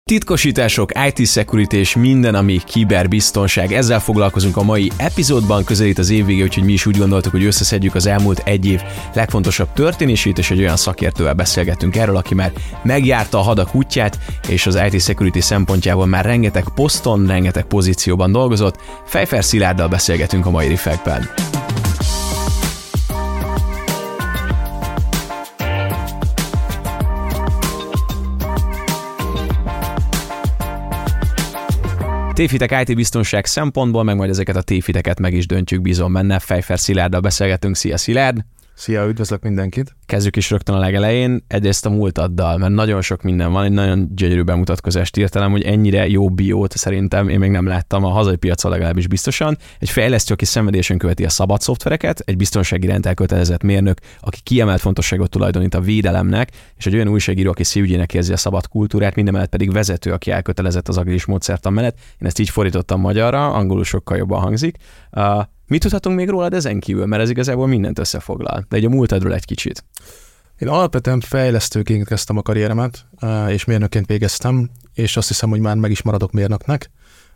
Titkosítások, IT security és minden, ami kiberbiztonság. Ezzel foglalkozunk a mai epizódban, közelít az év vége, úgyhogy mi is úgy gondoltuk, hogy összeszedjük az elmúlt egy év legfontosabb történését, és egy olyan szakértővel beszélgettünk erről, aki már megjárta a hadak útját, és az IT security szempontjából már rengeteg poszton, rengeteg pozícióban dolgozott. Pfeiffer Szilárddal beszélgetünk a mai Riffekben. Tévhitek IT biztonság szempontból, meg majd ezeket a tévhiteket meg is döntjük, bízom benne. Pfeiffer Szilárddal beszélgetünk. Szia Szilárd! Szia, üdvözlök mindenkit! Kezdjük is rögtön a legelején, egyrészt a múltaddal, mert nagyon sok minden van, egy nagyon gyönyörű bemutatkozást írtam, hogy ennyire jó biót szerintem én még nem láttam a hazai piacon legalábbis biztosan. Egy fejlesztő, aki szenvedélyesen követi a szabad szoftvereket, egy biztonsági iránt elkötelezett mérnök, aki kiemelt fontosságot tulajdonít a védelemnek, és egy olyan újságíró, aki szívügyének érzi a szabad kultúrát, mindemellett pedig vezető, aki elkötelezett az agilis módszertan mellett. Én ezt így fordítottam magyarra, angolul sokkal jobban hangzik. Mit tudhatunk még rólad ezen kívül, mert ez igazából mindent összefoglal, de egy a múltadról egy kicsit. Én alapvetően fejlesztőként kezdtem a karrieremet, és mérnökként végeztem, és azt hiszem, hogy már meg is maradok mérnöknek,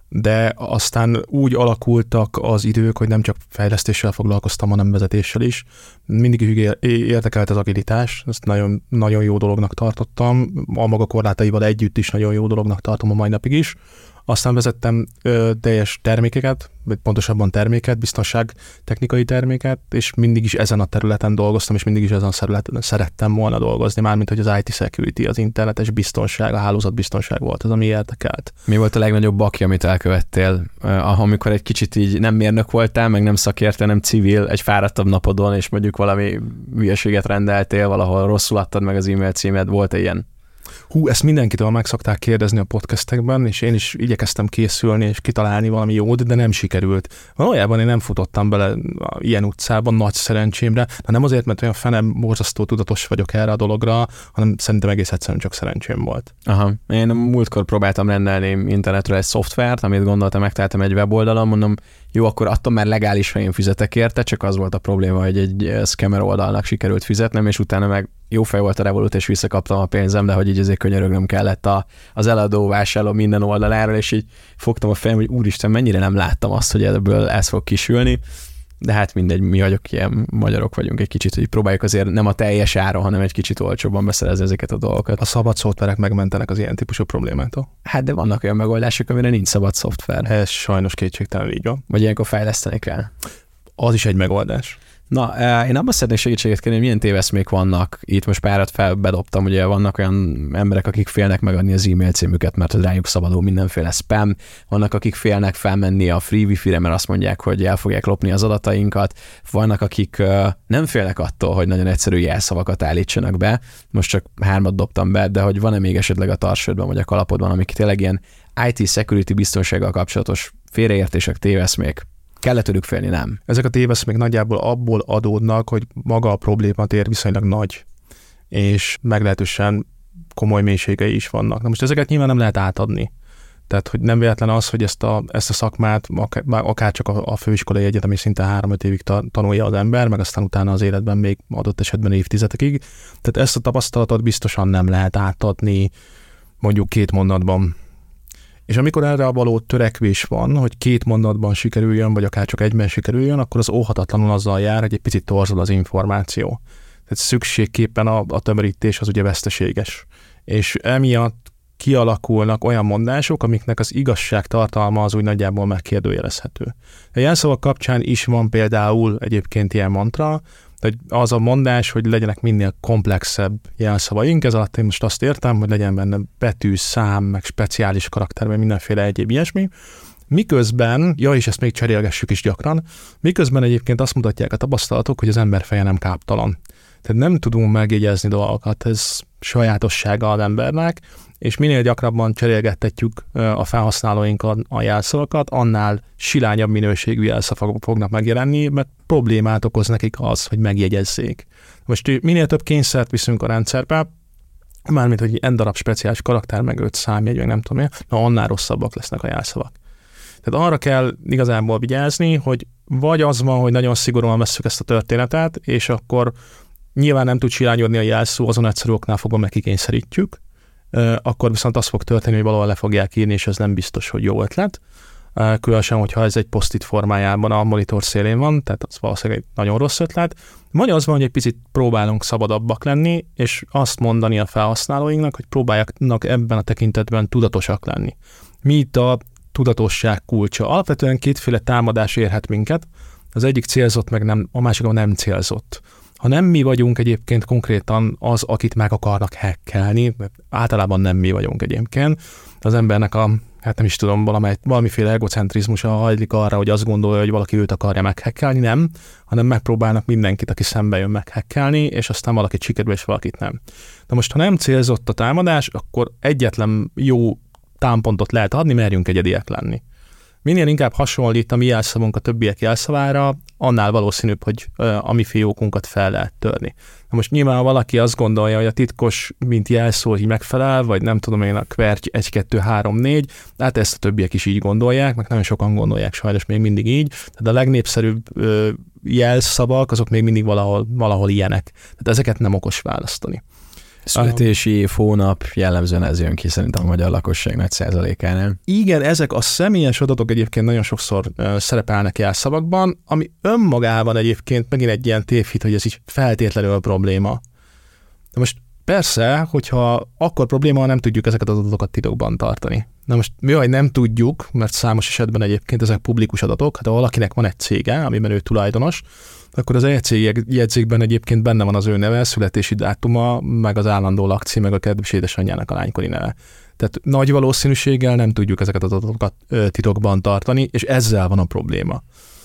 de aztán úgy alakultak az idők, hogy nem csak fejlesztéssel foglalkoztam, hanem vezetéssel is. Mindig érdekelt az agilitás, ezt nagyon, nagyon jó dolognak tartottam, a maga korlátaival együtt is nagyon jó dolognak tartom a mai napig is. Aztán vezettem teljes termékeket, vagy pontosabban terméket, biztonságtechnikai terméket, és mindig is ezen a területen dolgoztam, és mindig is ezen a területen szerettem volna dolgozni, mármint hogy az IT security, az internetes biztonság, a hálózatbiztonság volt az, ami érdekelt. Mi volt a legnagyobb baki, amit elkövettél, amikor egy kicsit így nem mérnök voltál, meg nem szakértő, nem civil, egy fáradtabb napodon, és mondjuk valami hülyeséget rendeltél, valahol rosszul adtad meg az e-mail címed, volt ilyen? Ezt mindenkitől meg szokták kérdezni a podcastekben, és én is igyekeztem készülni és kitalálni valami jót, de nem sikerült. Valójában én nem futottam bele ilyen utcában, nagy szerencsémre, de nem azért, mert olyan fenem borzasztó tudatos vagyok erre a dologra, hanem szerintem egész egyszerűen csak szerencsém volt. Aha. Én múltkor próbáltam rendelni internetről egy szoftvert, amit gondoltam, megtaláltam egy weboldalon, mondom, jó, akkor attól már legális, ha én fizetek érte, csak az volt a probléma, hogy egy scammer oldalnak sikerült fizetnem, és utána meg jó fej volt a Revolut, és visszakaptam a pénzem, de hogy így azért könyörögnöm kellett az eladó vásárló minden oldaláról, és így fogtam a fejem, hogy úristen, mennyire nem láttam azt, hogy ebből ez fog kisülni. De hát mindegy, mi vagyok ilyen magyarok vagyunk egy kicsit, hogy próbáljuk azért nem a teljes áron, hanem egy kicsit olcsóbban beszerezni ezeket a dolgokat. A szabad szoftverek megmentenek az ilyen típusú problémától? Hát de vannak olyan megoldások, amire nincs szabad szoftver. Ez sajnos kétségtelen így van. Vagy ilyenkor fejleszteni kell. Az is egy megoldás. Na, én abban szeretnék segítséget kérni, hogy milyen téveszmék vannak. Itt most párat bedobtam, ugye vannak olyan emberek, akik félnek megadni az e-mail címüket, mert rájuk szabadul mindenféle spam. Vannak, akik félnek felmenni a free wifi-re, mert azt mondják, hogy el fogják lopni az adatainkat. Vannak, akik nem félnek attól, hogy nagyon egyszerű jelszavakat állítsanak be. Most csak 3 dobtam be, de hogy van-e még esetleg a tarsődben, vagy a kalapodban, amik tényleg ilyen IT security biztonsággal kapcsolatos félreértések, téveszmék? Kellett tőlük félni, nem? Ezek a téveszmék nagyjából abból adódnak, hogy maga a problématér viszonylag nagy, és meglehetősen komoly mélységei is vannak. Na most ezeket nyilván nem lehet átadni. Tehát, hogy nem véletlen az, hogy ezt a szakmát akár csak a főiskolai egyetemi szinten 3-5 évig tanulja az ember, meg aztán utána az életben még adott esetben évtizedekig. Tehát ezt a tapasztalatot biztosan nem lehet átadni mondjuk 2 mondatban. És amikor erre a való törekvés van, hogy 2 mondatban sikerüljön, vagy akár csak egyben sikerüljön, akkor az óhatatlanul azzal jár, hogy egy picit torzul az információ. Tehát szükségképpen a tömörítés az ugye veszteséges. És emiatt kialakulnak olyan mondások, amiknek az igazságtartalma az úgy nagyjából megkérdőjelezhető. A jelszavak kapcsán is van például egyébként ilyen mantra, hogy az a mondás, hogy legyenek minél komplexebb jelszavaink, ez alatt én most azt értem, hogy legyen benne betű, szám, meg speciális karakter, meg mindenféle egyéb ilyesmi. Miközben, és ezt még cserélgessük is gyakran, miközben egyébként azt mutatják a tapasztalatok, hogy az ember feje nem káptalan. Tehát nem tudunk megjegyezni dolgokat, ez sajátossága az embernek, és minél gyakrabban cserélgettetjük a felhasználóinkat a jelszavakat, annál silányabb minőségű jelszavak fognak megjelenni, mert problémát okoz nekik az, hogy megjegyezzék. Most minél több kényszert viszünk a rendszerbe, mármint, hogy n darab speciális karakter, meg 5 számjegy, meg nem tudom én, annál rosszabbak lesznek a jelszavak. Tehát arra kell igazából vigyázni, hogy vagy az van, hogy nagyon szigorúan vesszük ezt a történetet, és akkor nyilván nem tud silányodni a jelszó, azon egyszerű oknál fogva megkikényszerítjük, akkor viszont az fog történni, hogy valahol le fogják írni, és ez nem biztos, hogy jó ötlet. Különösen, hogyha ez egy post-it formájában a monitor szélén van, tehát az valószínűleg egy nagyon rossz ötlet. Vagy az van, hogy egy picit próbálunk szabadabbak lenni, és azt mondani a felhasználóinknak, hogy próbáljanak ebben a tekintetben tudatosak lenni. Mi itt a tudatosság kulcsa? Alapvetően kétféle támadás érhet minket, az egyik célzott, meg nem, a másik nem célzott. Ha nem mi vagyunk egyébként konkrétan az, akit meg akarnak hackelni, mert általában nem mi vagyunk egyébként, az embernek hát nem is tudom, valamiféle egocentrizmusa hajlik arra, hogy azt gondolja, hogy valaki őt akarja meghackelni, nem, hanem megpróbálnak mindenkit, aki szembe jön meghackelni, és aztán valakit sikerül, és valakit nem. De most, ha nem célzott a támadás, akkor egyetlen jó támpontot lehet adni, merjünk egyediek lenni. Minél inkább hasonlít a mi jelszavunk a többiek jelszavára, annál valószínűbb, hogy a mi fiókunkat fel lehet törni. Na most nyilván, ha valaki azt gondolja, hogy a titkos, mint jelszó, így megfelel, vagy nem tudom én, a kverty 1, 2, 3, 4, hát ezt a többiek is így gondolják, meg nagyon sokan gondolják sajnos még mindig így, tehát a legnépszerűbb jelszavak, azok még mindig valahol ilyenek. Tehát ezeket nem okos választani. Születési év, hónap, jellemzően ez jön ki szerintem a magyar lakosság nagy százalékánál. Igen, ezek a személyes adatok egyébként nagyon sokszor szerepelnek jelszavakban, ami önmagában egyébként megint egy ilyen tévhit, hogy ez így feltétlenül a probléma. De most persze, hogyha akkor probléma, ha nem tudjuk ezeket az adatokat titokban tartani. Na most mi, hogy nem tudjuk, mert számos esetben egyébként ezek publikus adatok, hát ha valakinek van egy cége, amiben ő tulajdonos, akkor az EC jegyzékben egyébként benne van az ő neve, születési dátuma, meg az állandó lakcím, meg a kedves édesanyjának a lánykori neve. Tehát nagy valószínűséggel nem tudjuk ezeket az adatokat titokban tartani, és ezzel van a probléma.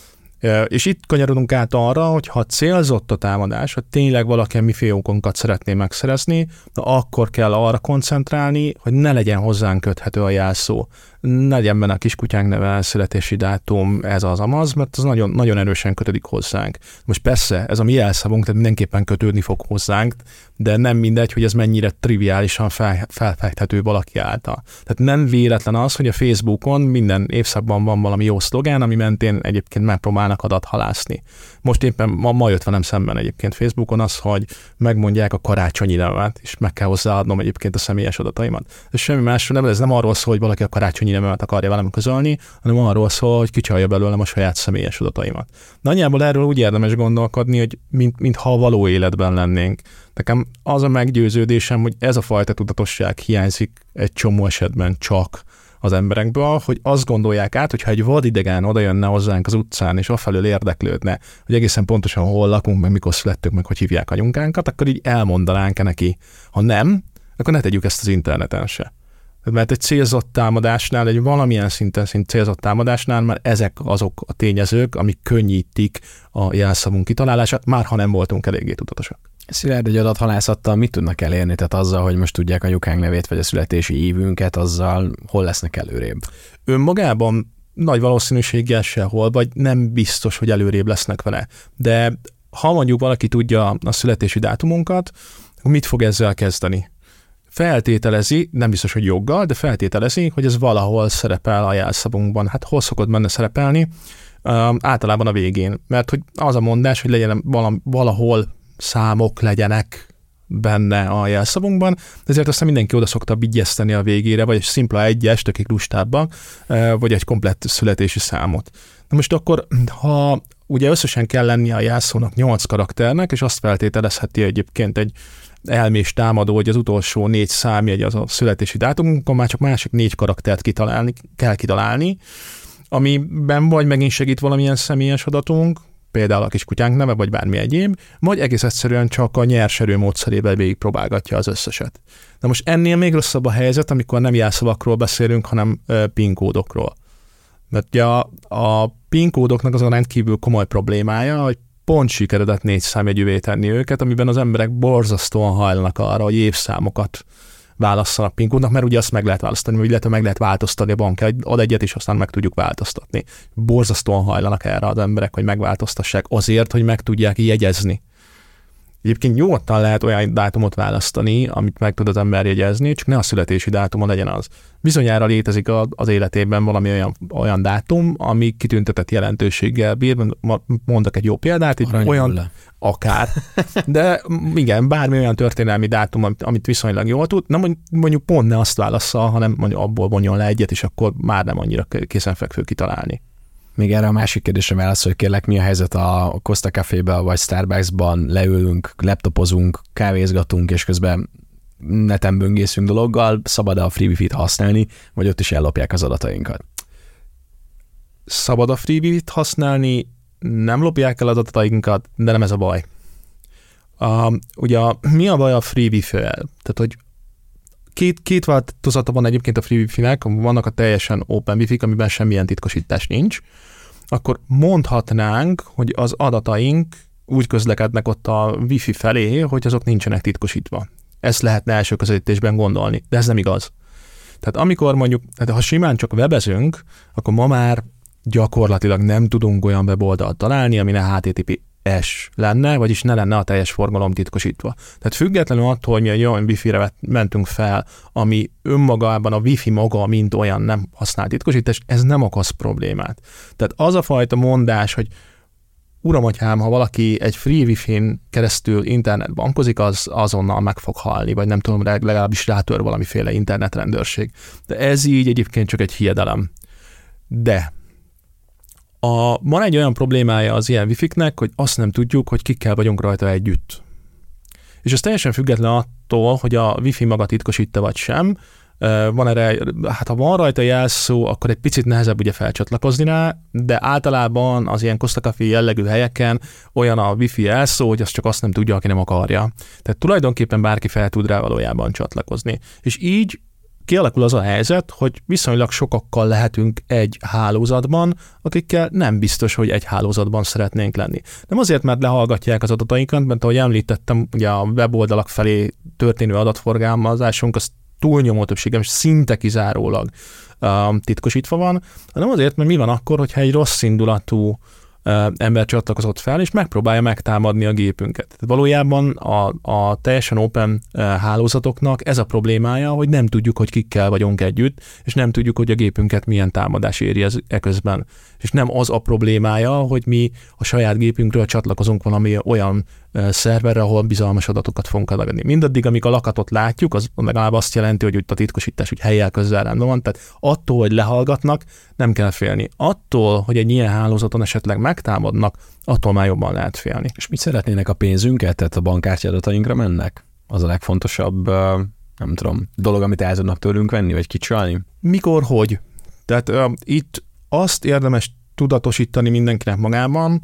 És itt kanyarodunk át arra, hogy ha célzott a támadás, ha tényleg valaki a mi fiókunkat szeretné megszerezni, akkor kell arra koncentrálni, hogy ne legyen hozzánk köthető a jelszó. Ne legyen benne a kiskutyánk neve, születési dátum, ez az amaz, mert az nagyon, nagyon erősen kötődik hozzánk. Most persze, ez a mi jelszavunk, tehát mindenképpen kötődni fog hozzánk, de nem mindegy, hogy ez mennyire triviálisan felfejthető valaki által. Tehát nem véletlen az, hogy a Facebookon minden évszakban van valami jó szlogán, ami mentén egyébként megpróbálnak adathalászni. Most éppen ma jött velem szemben egyébként Facebookon az, hogy megmondják a karácsonyi nevemet, és meg kell hozzáadnom egyébként a személyes adataimat. Ez semmi másról nem, ez nem arról szól, hogy valaki a karácsonyi nevemet akarja velem közölni, hanem arról szól, hogy kicsalja belőlem a saját személyes adataimat. Nagyjából erről úgy érdemes gondolkodni, hogy mintha a való életben lennénk. Nekem az a meggyőződésem, hogy ez a fajta tudatosság hiányzik egy csomó esetben csak az emberekből, hogy azt gondolják át, hogyha egy vadidegen oda jönne hozzánk az utcán, és afelől érdeklődne, hogy egészen pontosan hol lakunk, meg mikor születtünk, meg hogy hívják anyunkánkat, akkor így elmondanánk neki. Ha nem, akkor ne tegyük ezt az interneten se. Mert egy célzott támadásnál, egy valamilyen szinten célzott támadásnál már ezek azok a tényezők, amik könnyítik a jelszavunk kitalálását, már ha nem voltunk eléggé tudatosak. Szilárd, egy adathalászattal mit tudnak elérni? Tehát azzal, hogy most tudják anyukánk nevét, vagy a születési évünket, azzal hol lesznek előrébb? Önmagában nagy valószínűséggel sehol, vagy nem biztos, hogy előrébb lesznek vele. De ha mondjuk valaki tudja a születési dátumunkat, akkor mit fog ezzel kezdeni? Feltételezi, nem biztos, hogy joggal, de feltételezi, hogy ez valahol szerepel a jelszavunkban. Hát hol szokott benne szerepelni? Általában a végén. Mert hogy az a mondás, hogy legyen valahol számok legyenek benne a jelszavunkban, ezért aztán mindenki oda szokta vigyeszteni a végére, vagy egy szimpla egyes, tökik lustábbak, vagy egy komplett születési számot. Na most akkor, ha ugye összesen kell lennie a jelszónak 8 karakternek, és azt feltételezheti egyébként egy elmés támadó, hogy az utolsó 4 számjegy az a születési dátumunkon, már csak másik 4 karaktert kell kitalálni, amiben vagy megint segít valamilyen személyes adatunk, például a kiskutyánk neve, vagy bármi egyéb, vagy egész egyszerűen csak a nyerserő módszerével végigpróbálgatja az összeset. Na most ennél még rosszabb a helyzet, amikor nem jelszavakról beszélünk, hanem PIN kódokról. Mert ugye a PIN kódoknak az a rendkívül komoly problémája, hogy pont sikeredett 4 számjegyűvé tenni őket, amiben az emberek borzasztóan hajlanak arra, hogy évszámokat válasszanak PIN kódnak, mert ugye azt meg lehet választani, illetve meg lehet változtatni a bank, ad egyet, és aztán meg tudjuk változtatni. Borzasztóan hajlanak erre az emberek, hogy megváltoztassák azért, hogy meg tudják jegyezni. Egyébként nyugodtan lehet olyan dátumot választani, amit meg tud az ember jegyezni, csak ne a születési dátuma legyen az. Bizonyára létezik az életében valami olyan dátum, ami kitüntetett jelentőséggel bír. Mondok egy jó példát, olyan akár. De igen, bármi olyan történelmi dátum, amit viszonylag jól tud, nem mondjuk pont ne azt válassza, hanem mondjuk abból vonjon le egyet, és akkor már nem annyira kézenfekvő kitalálni. Még erre a másik kérdésre válaszolj, kérlek, mi a helyzet a Costa Cafében vagy Starbucksban, leülünk, laptopozunk, kávézgatunk, és közben neten böngészünk dologgal, szabad a free wifi-t használni, vagy ott is ellopják az adatainkat? Szabad a free wifi-t használni, nem lopják el az adatainkat, de nem ez a baj. Ugye mi a baj a free wifi-vel? Tehát, hogy két változata van egyébként a free wifi-nek, vannak a teljesen open wifi-k, amiben semmilyen titkosítás nincs, akkor mondhatnánk, hogy az adataink úgy közlekednek ott a wifi felé, hogy azok nincsenek titkosítva. Ezt lehetne első közelítésben gondolni, de ez nem igaz. Tehát amikor mondjuk, ha simán csak webezünk, akkor ma már gyakorlatilag nem tudunk olyan weboldalt találni, ami ne HTTPS lenne, vagyis ne lenne a teljes forgalom titkosítva. Tehát függetlenül attól, hogy mi egy olyan wifi-re mentünk fel, ami önmagában a wifi maga, mint olyan nem használ titkosítást, ez nem okoz problémát. Tehát az a fajta mondás, hogy uram, atyám, ha valaki egy free wifi-n keresztül internetbankozik, az azonnal meg fog halni, vagy nem tudom, legalábbis rátör valamiféle internetrendőrség. De ez így egyébként csak egy hiedelem. De van egy olyan problémája az ilyen wifi-knek, hogy azt nem tudjuk, hogy kikkel vagyunk rajta együtt. És ez teljesen független attól, hogy a wifi maga titkosít-e vagy sem. Van erre, hát ha van rajta jelszó, akkor egy picit nehezebb ugye felcsatlakozni rá, de általában az ilyen Costa Café jellegű helyeken olyan a wifi jelszó, hogy azt csak azt nem tudja, aki nem akarja. Tehát tulajdonképpen bárki fel tud rá valójában csatlakozni. És így kialakul az a helyzet, hogy viszonylag sokakkal lehetünk egy hálózatban, akikkel nem biztos, hogy egy hálózatban szeretnénk lenni. Nem azért, mert lehallgatják az adatainkat, mert ahogy említettem, ugye a weboldalak felé történő adatforgalmazásunk, az túlnyomó többségem szinte kizárólag titkosítva van, hanem azért, mert mi van akkor, hogyha egy rossz indulatú ember csatlakozott fel, és megpróbálja megtámadni a gépünket. Tehát valójában a teljesen open hálózatoknak ez a problémája, hogy nem tudjuk, hogy kikkel vagyunk együtt, és nem tudjuk, hogy a gépünket milyen támadás éri eközben. És nem az a problémája, hogy mi a saját gépünkről csatlakozunk valami olyan szerverre, ahol bizalmas adatokat fogunk adni. Mindaddig, amíg a lakatot látjuk, az legalább azt jelenti, hogy a titkosítás úgy helyjel közel rendben van, tehát attól, hogy lehallgatnak, nem kell félni. Attól, hogy egy ilyen hálózaton esetleg megtámadnak, attól már jobban lehet félni. És mit szeretnének a pénzünket, tehát a bankkártya adatainkra mennek? Az a legfontosabb, nem tudom, dolog, amit el tudnak tőlünk venni, vagy kicsalni? Mikor, hogy? Tehát itt azt érdemes tudatosítani mindenkinek magában,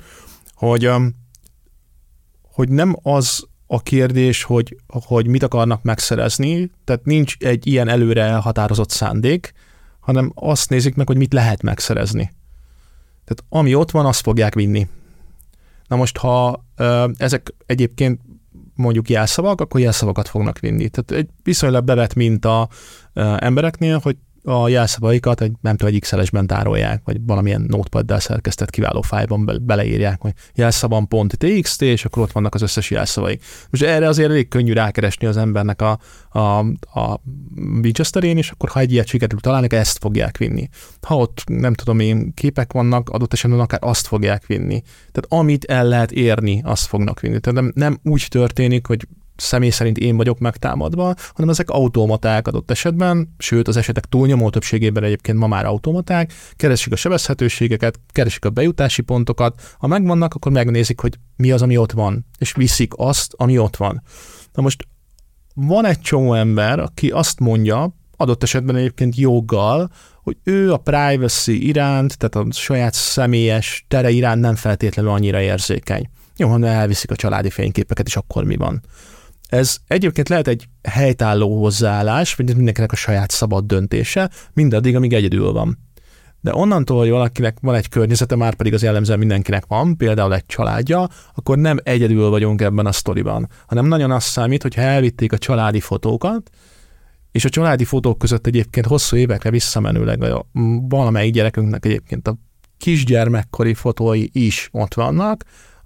hogy nem az a kérdés, hogy mit akarnak megszerezni, tehát nincs egy ilyen előre elhatározott szándék, hanem azt nézik meg, hogy mit lehet megszerezni. Tehát ami ott van, azt fogják vinni. Na most, ha ezek egyébként mondjuk jelszavak, akkor jelszavakat fognak vinni. Tehát egy viszonylag bevett minta embereknél, hogy a jelszavaikat egy XLS-ben tárolják, vagy valamilyen notepaddel szerkesztett kiváló fájlban beleírják, hogy jelszavon.txt, és akkor ott vannak az összes jelszavaik. Most erre azért elég könnyű rákeresni az embernek a Winchesterén, és akkor ha egy ilyet sikerül találni, ezt fogják vinni. Ha ott nem tudom én képek vannak, adott esetben akár azt fogják vinni. Tehát amit el lehet érni, azt fognak vinni. Tehát nem úgy történik, hogy személy szerint én vagyok megtámadva, hanem ezek automaták adott esetben, sőt az esetek túlnyomó többségében egyébként ma már automaták, keresik a sebezhetőségeket, keresik a bejutási pontokat, ha megvannak, akkor megnézik, hogy mi az, ami ott van, és viszik azt, ami ott van. Na most van egy csomó ember, aki azt mondja, adott esetben egyébként joggal, hogy ő a privacy iránt, tehát a saját személyes tere iránt nem feltétlenül annyira érzékeny. Jó, ha elviszik a családi fényképeket, és akkor mi van? Ez egyébként lehet egy helytálló hozzáállás, vagy mindenkinek a saját szabad döntése, mindaddig, amíg egyedül van. De onnantól, hogy valakinek van egy környezete, már pedig az jellemzően mindenkinek van, például egy családja, akkor nem egyedül vagyunk ebben a sztoriban, hanem nagyon azt számít, hogyha elvitték a családi fotókat, és a családi fotók között egyébként hosszú évekre visszamenőleg valamelyik gyerekünknek egyébként a kisgyermekkori fotói is ott vannak,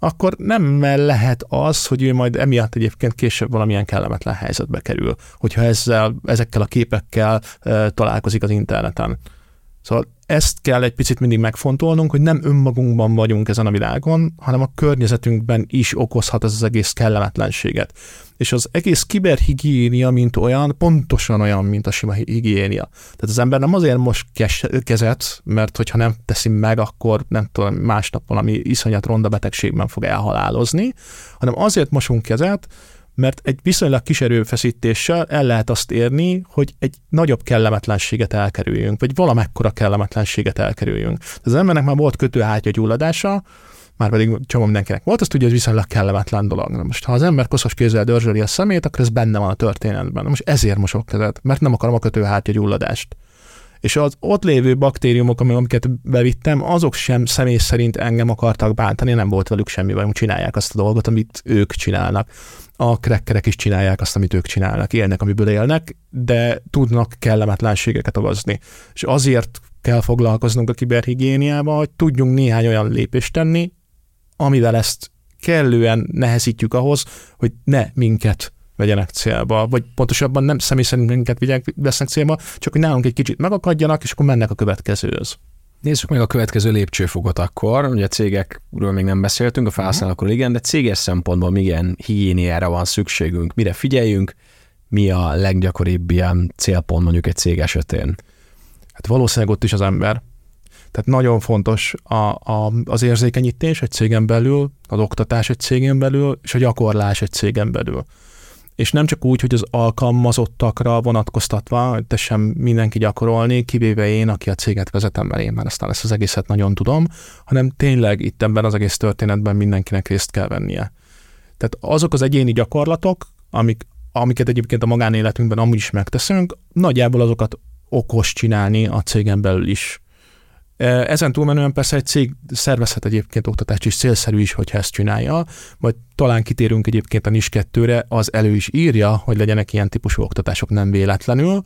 akkor nem lehet az, hogy ő majd emiatt egyébként később valamilyen kellemetlen helyzetbe kerül, hogyha ezekkel a képekkel találkozik az interneten. Szóval ezt kell egy picit mindig megfontolnunk, hogy nem önmagunkban vagyunk ezen a világon, hanem a környezetünkben is okozhat ez az egész kellemetlenséget. És az egész kiberhigiénia, mint olyan, pontosan olyan, mint a sima higiénia. Tehát az ember nem azért most kezet, mert hogyha nem teszi meg, akkor nem tudom, másnap valami iszonyat ronda betegségben fog elhalálozni, hanem azért mosunk kezet, mert egy viszonylag kis erőfeszítéssel el lehet azt érni, hogy egy nagyobb kellemetlenséget elkerüljünk, vagy valamekkora kellemetlenséget elkerüljünk. Az embernek már volt kötőhártyagyulladása, már pedig csomó mindenkinek volt, azt tudja, hogy viszonylag kellemetlen dolog. Na most, ha az ember koszos kézzel dörzsöli a szemét, akkor ez benne van a történetben. Na most ezért mosok kezet, mert nem akarom a kötőhártyagyulladást. És az ott lévő baktériumok, amiket bevittem, azok sem személy szerint engem akartak bántani, nem volt velük semmi bajom, csinálják azt a dolgot, amit ők csinálnak. A krekkerek is csinálják azt, amit ők csinálnak, élnek, amiből élnek, de tudnak kellemetlenségeket okozni. És azért kell foglalkoznunk a kiberhigiéniával, hogy tudjunk néhány olyan lépést tenni, amivel ezt kellően nehezítjük ahhoz, hogy ne minket vegyenek célba, vagy pontosabban nem személy szerint minket vesznek célba, csak hogy nálunk egy kicsit megakadjanak, és akkor mennek a következőhöz. Nézzük meg a következő lépcsőfokot akkor. Ugye a cégekről még nem beszéltünk, a felhasználókról igen, de céges szempontból milyen higiéniára van szükségünk, mire figyeljünk, mi a leggyakoribb ilyen célpont mondjuk egy cég esetén? Hát valószínűleg ott is az ember. Tehát nagyon fontos az érzékenyítés egy cégen belül, az oktatás egy cégen belül, és a gyakorlás egy cégen belül. És nem csak úgy, hogy az alkalmazottakra vonatkoztatva, hogy tessen mindenki gyakorolni, kivéve én, aki a céget vezetem, mert én már aztán ezt az egészet nagyon tudom, hanem tényleg itt ebben az egész történetben mindenkinek részt kell vennie. Tehát azok az egyéni gyakorlatok, amiket egyébként a magánéletünkben amúgy is megteszünk, nagyjából azokat okos csinálni a cégen belül is. Ezen túlmenően persze egy cég szervezhet egyébként oktatást is, célszerű is, hogyha ezt csinálja, majd talán kitérünk egyébként a NIS 2-re, az elő is írja, hogy legyenek ilyen típusú oktatások nem véletlenül,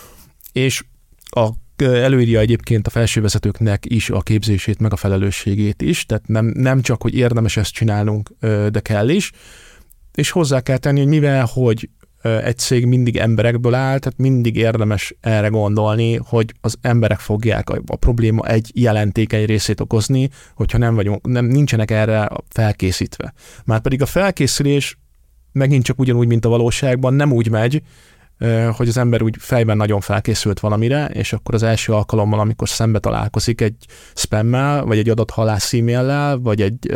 és előírja egyébként a felsővezetőknek is a képzését, meg a felelősségét is, tehát nem csak, hogy érdemes ezt csinálnunk, de kell is, és hozzá kell tenni, hogy mivel, hogy egy cég mindig emberekből áll, tehát mindig érdemes erre gondolni, hogy az emberek fogják a probléma egy jelentékeny részét okozni, hogyha nincsenek erre felkészítve. Márpedig a felkészülés megint csak ugyanúgy, mint a valóságban, nem úgy megy, hogy az ember úgy fejben nagyon felkészült valamire, és akkor az első alkalommal, amikor szembe találkozik egy spammel, vagy egy adathalász e-maillel, vagy egy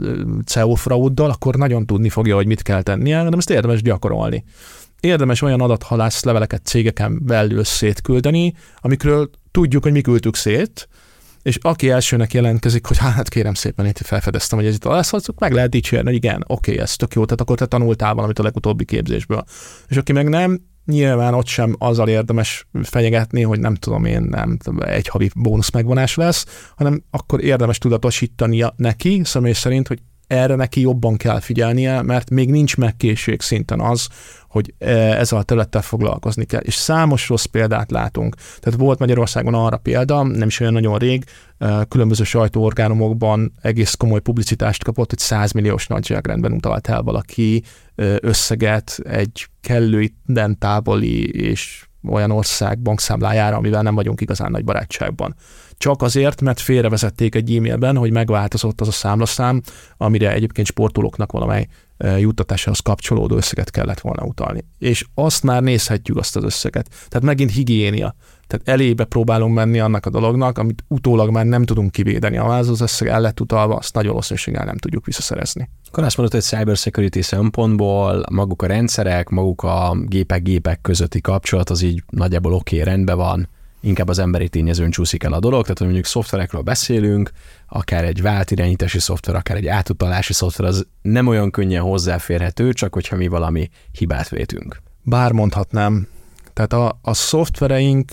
CEO frauddal, akkor nagyon tudni fogja, hogy mit kell tennie, de ezt érdemes gyakorolni. Érdemes olyan adathalász leveleket cégeken belül szétküldeni, amikről tudjuk, hogy mi küldtük szét, és aki elsőnek jelentkezik, hogy hát kérem szépen, itt felfedeztem, hogy ez itt alászhatszok, meg lehet dicsérni, hogy igen, oké, ez tök jó, tehát akkor te tanultál valamit a legutóbbi képzésből. És aki meg nem, nyilván ott sem azzal érdemes fenyegetni, hogy nem tudom, egy havi bónusz megvonás lesz, hanem akkor érdemes tudatosítania neki, személy szerint, hogy erre neki jobban kell figyelnie, mert még nincs megkészség szinten az, hogy ezzel a területtel foglalkozni kell. És számos rossz példát látunk. Tehát volt Magyarországon arra példa, nem is olyan nagyon rég, különböző sajtóorgánumokban egész komoly publicitást kapott, hogy 100 milliós nagyságrendben utalt el valaki összeget egy kellően távoli és olyan ország bankszámlájára, amivel nem vagyunk igazán nagy barátságban. Csak azért, mert félrevezették egy e-mailben, hogy megváltozott az a számlaszám, amire egyébként sportolóknak valamely juttatásához kapcsolódó összeget kellett volna utalni. És azt már nézhetjük, azt az összeget. Tehát megint higiénia. Tehát elébe próbálunk menni annak a dolognak, amit utólag már nem tudunk kivédeni. Ha az összeg el lett utalva, azt nagy valószínűséggel nem tudjuk visszaszerezni. Akkor azt mondod, hogy cybersecurity szempontból maguk a rendszerek, maguk a gépek közötti kapcsolat az így nagyjából oké, rendben van, inkább az emberi tényezőn csúszik el a dolog, tehát hogy mondjuk szoftverekről beszélünk, akár egy váltirányítási szoftver, akár egy átutalási szoftver, az nem olyan könnyen hozzáférhető, csak hogyha mi valami hibát vétünk. Bár mondhatnám. Tehát a szoftvereink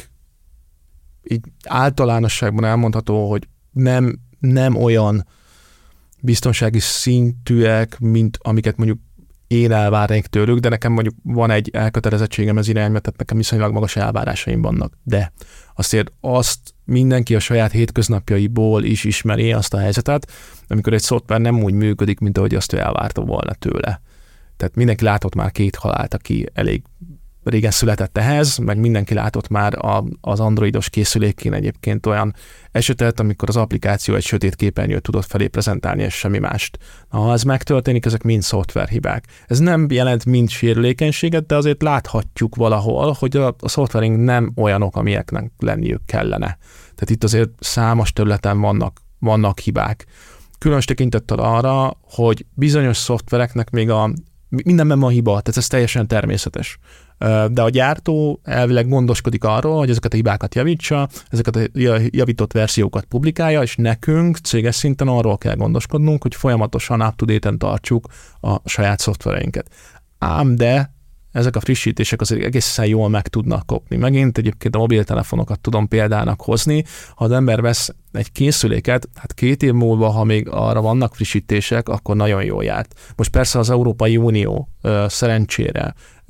így általánosságban elmondható, hogy nem olyan biztonsági szintűek, mint amiket mondjuk én elvárnék tőlük, de nekem mondjuk van egy elkötelezettségem ez irányba, tehát nekem viszonylag magas elvárásaim vannak. De azért azt mindenki a saját hétköznapjaiból is ismeri azt a helyzetet, amikor egy szoftver nem úgy működik, mint ahogy azt ő elvárta volna tőle. Tehát mindenki látott már 2 halált, aki elég régen született ehhez, meg mindenki látott már az androidos készülékén egyébként olyan esetet, amikor az applikáció egy sötét képernyőt tudott felé prezentálni, és semmi mást. Ha ez megtörténik, ezek mind szoftverhibák. Ez nem jelent mind sérülékenységet, de azért láthatjuk valahol, hogy a szoftverink nem olyanok, amilyeknek lenniük kellene. Tehát itt azért számos területen vannak hibák. Különös tekintettel arra, hogy bizonyos szoftvereknek még mindenben van hiba, tehát ez teljesen természetes. De a gyártó elvileg gondoskodik arról, hogy ezeket a hibákat javítsa, ezeket a javított verziókat publikálja, és nekünk céges szinten arról kell gondoskodnunk, hogy folyamatosan up-to-date-en tartsuk a saját szoftvereinket. Ám de ezek a frissítések azért egészen jól meg tudnak kopni. Megint egyébként a mobiltelefonokat tudom példának hozni. Ha az ember vesz egy készüléket, hát 2 év múlva, ha még arra vannak frissítések, akkor nagyon jól járt. Most persze az Európai Unió szerencsére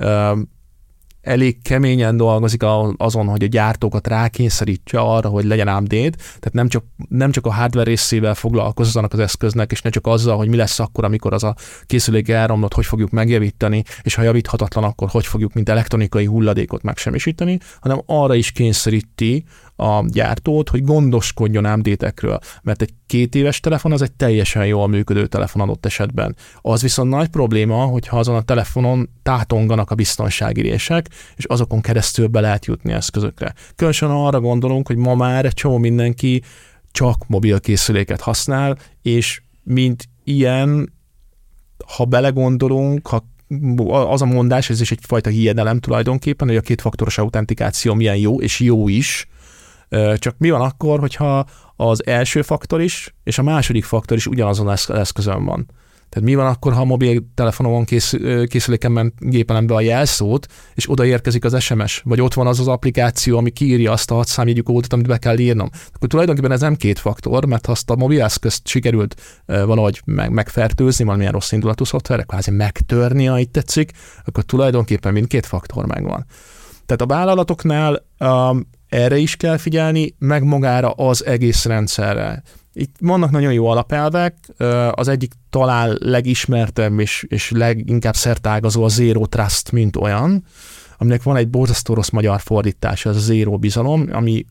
elég keményen dolgozik azon, hogy a gyártókat rákényszerítse arra, hogy legyen update, tehát nem csak a hardware részével foglalkozzanak az eszköznek, és ne csak azzal, hogy mi lesz akkor, amikor az a készülék elromlott, hogy fogjuk megjavítani, és ha javíthatatlan, akkor hogy fogjuk, mint elektronikai hulladékot megsemmisíteni, hanem arra is kényszeríti a gyártót, hogy gondoskodjon update-ekről, mert egy 2 éves telefon az egy teljesen jól működő telefon adott esetben. Az viszont nagy probléma, hogyha azon a telefonon tátonganak a biztonsági rések, és azokon keresztül be lehet jutni eszközökre. Különösen arra gondolunk, hogy ma már egy csomó mindenki csak mobilkészüléket használ, és mint ilyen, ha belegondolunk, az a mondás, ez is egyfajta hiedelem tulajdonképpen, hogy a 2-faktoros autentikáció milyen jó, és jó is, csak mi van akkor, hogyha az első faktor is, és a második faktor is ugyanazon az eszközön van. Tehát mi van akkor, ha a mobiltelefonomon készülékemben gépelem be a jelszót, és odaérkezik az SMS, vagy ott van az az applikáció, ami kiírja azt a 6 számjegyű kódot, amit be kell írnom. Akkor tulajdonképpen ez nem 2 faktor, mert ha azt a mobileszközt sikerült valahogy megfertőzni, valamilyen rossz indulatú szoftverek, kvázi megtörni, ha így tetszik, akkor tulajdonképpen mind 2 faktor megvan. Tehát a vállalatoknál erre is kell figyelni, meg magára az egész rendszerre. Itt vannak nagyon jó alapelvek, az egyik talán legismertebb és leginkább szertágazó a Zero Trust, mint olyan, aminek van egy borzasztó rossz magyar fordítása, az a zéró bizalom, ami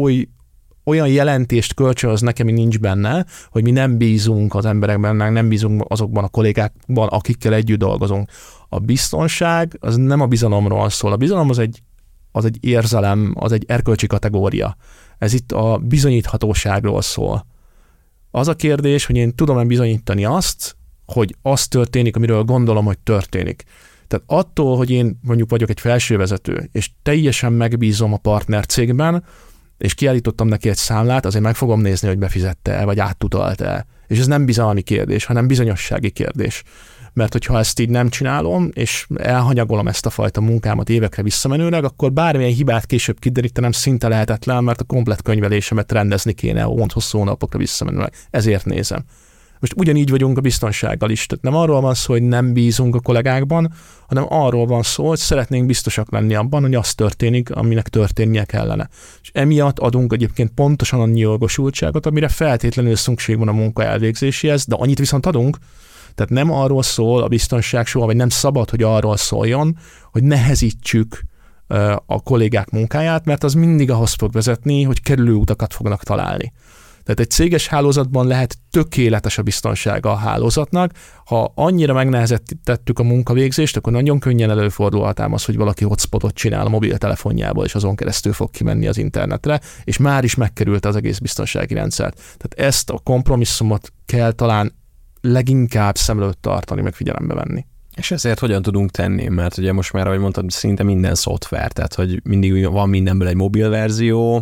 olyan jelentést kölcsönöz nekem, ami nincs benne, hogy mi nem bízunk az emberekben, nem bízunk azokban a kollégákban, akikkel együtt dolgozunk. A biztonság az nem a bizalomról szól. A bizalom az egy érzelem, az egy erkölcsi kategória. Ez itt a bizonyíthatóságról szól. Az a kérdés, hogy én tudom-e bizonyítani azt, hogy az történik, amiről gondolom, hogy történik. Tehát attól, hogy én mondjuk vagyok egy felsővezető, és teljesen megbízom a partnercégben, és kiállítottam neki egy számlát, azért meg fogom nézni, hogy befizette-e, vagy átutalt-e. És ez nem bizalmi kérdés, hanem bizonyossági kérdés. Mert hogyha ezt így nem csinálom, és elhanyagolom ezt a fajta munkámat évekre visszamenőleg, akkor bármilyen hibát később kiderítenem szinte lehetetlen, mert a komplett könyvelésemet rendezni kéne hosszú hónapokra visszamenőleg. Ezért nézem. Most ugyanígy vagyunk a biztonsággal is. Tehát nem arról van szó, hogy nem bízunk a kollégákban, hanem arról van szó, hogy szeretnénk biztosak lenni abban, hogy az történik, aminek történnie kellene. És emiatt adunk egyébként pontosan annyi jogosultságot, amire feltétlenül szükség van a munka elvégzéséhez, de annyit viszont adunk. Tehát nem arról szól a biztonság soha, vagy nem szabad, hogy arról szóljon, hogy nehezítsük a kollégák munkáját, mert az mindig ahhoz fog vezetni, hogy kerülő utakat fognak találni. Tehát egy céges hálózatban lehet tökéletes a biztonsága a hálózatnak. Ha annyira megnehezettettük a munkavégzést, akkor nagyon könnyen előfordulhat ám az, hogy valaki hotspotot csinál a mobiltelefonjából, és azon keresztül fog kimenni az internetre, és már is megkerülte az egész biztonsági rendszert. Tehát ezt a kompromisszumot kell talán leginkább szem előtt tartani, meg figyelembe venni. És ezért hogyan tudunk tenni? Mert ugye most már, ahogy mondtad, szinte minden szoftver, tehát hogy mindig van mindenből egy mobil verzió,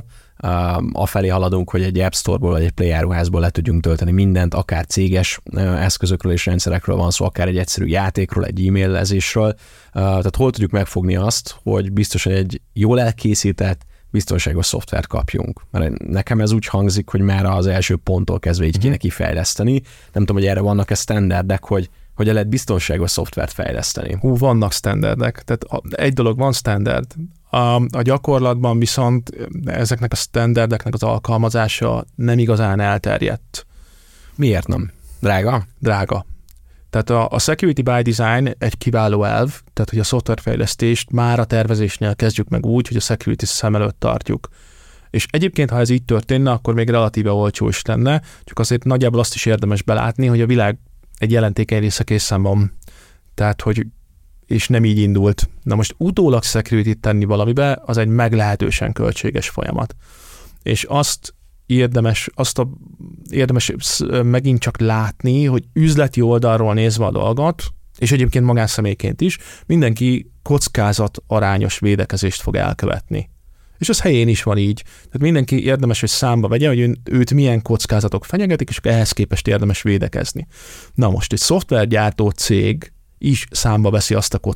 afelé haladunk, hogy egy App Store-ból vagy egy Play áruházból le tudjunk tölteni mindent, akár céges eszközökről és rendszerekről van szó, akár egy egyszerű játékról, egy e-mailezésről. Tehát hol tudjuk megfogni azt, hogy biztosan egy jól elkészített, biztonságos szoftvert kapjunk. Mert nekem ez úgy hangzik, hogy már az első ponttól kezdve így kéne kifejleszteni. Nem tudom, hogy erre vannak-e standardek, hogy Hogyan lehet biztonságos szoftvert fejleszteni? Vannak standardek. Tehát egy dolog van standard. A gyakorlatban viszont ezeknek a standardeknek az alkalmazása nem igazán elterjedt. Miért nem? Drága? Drága. Tehát a security by design egy kiváló elv, tehát hogy a szoftverfejlesztést már a tervezésnél kezdjük meg úgy, hogy a security szem előtt tartjuk. És egyébként, ha ez így történne, akkor még relatíve olcsó is lenne, csak azért nagyjából azt is érdemes belátni, hogy a világ egy jelentékeny része készen van. Tehát, hogy és nem így indult. Na most utólag security-t tenni valamibe, az egy meglehetősen költséges folyamat. És azt érdemes megint csak látni, hogy üzleti oldalról nézve a dolgot, és egyébként magánszemélyként is, mindenki kockázat arányos védekezést fog elkövetni. És az helyén is van így. Tehát mindenki érdemes, hogy számba vegye, hogy őt milyen kockázatok fenyegetik, és ehhez képest érdemes védekezni. Na most egy szoftvergyártó cég is számba veszi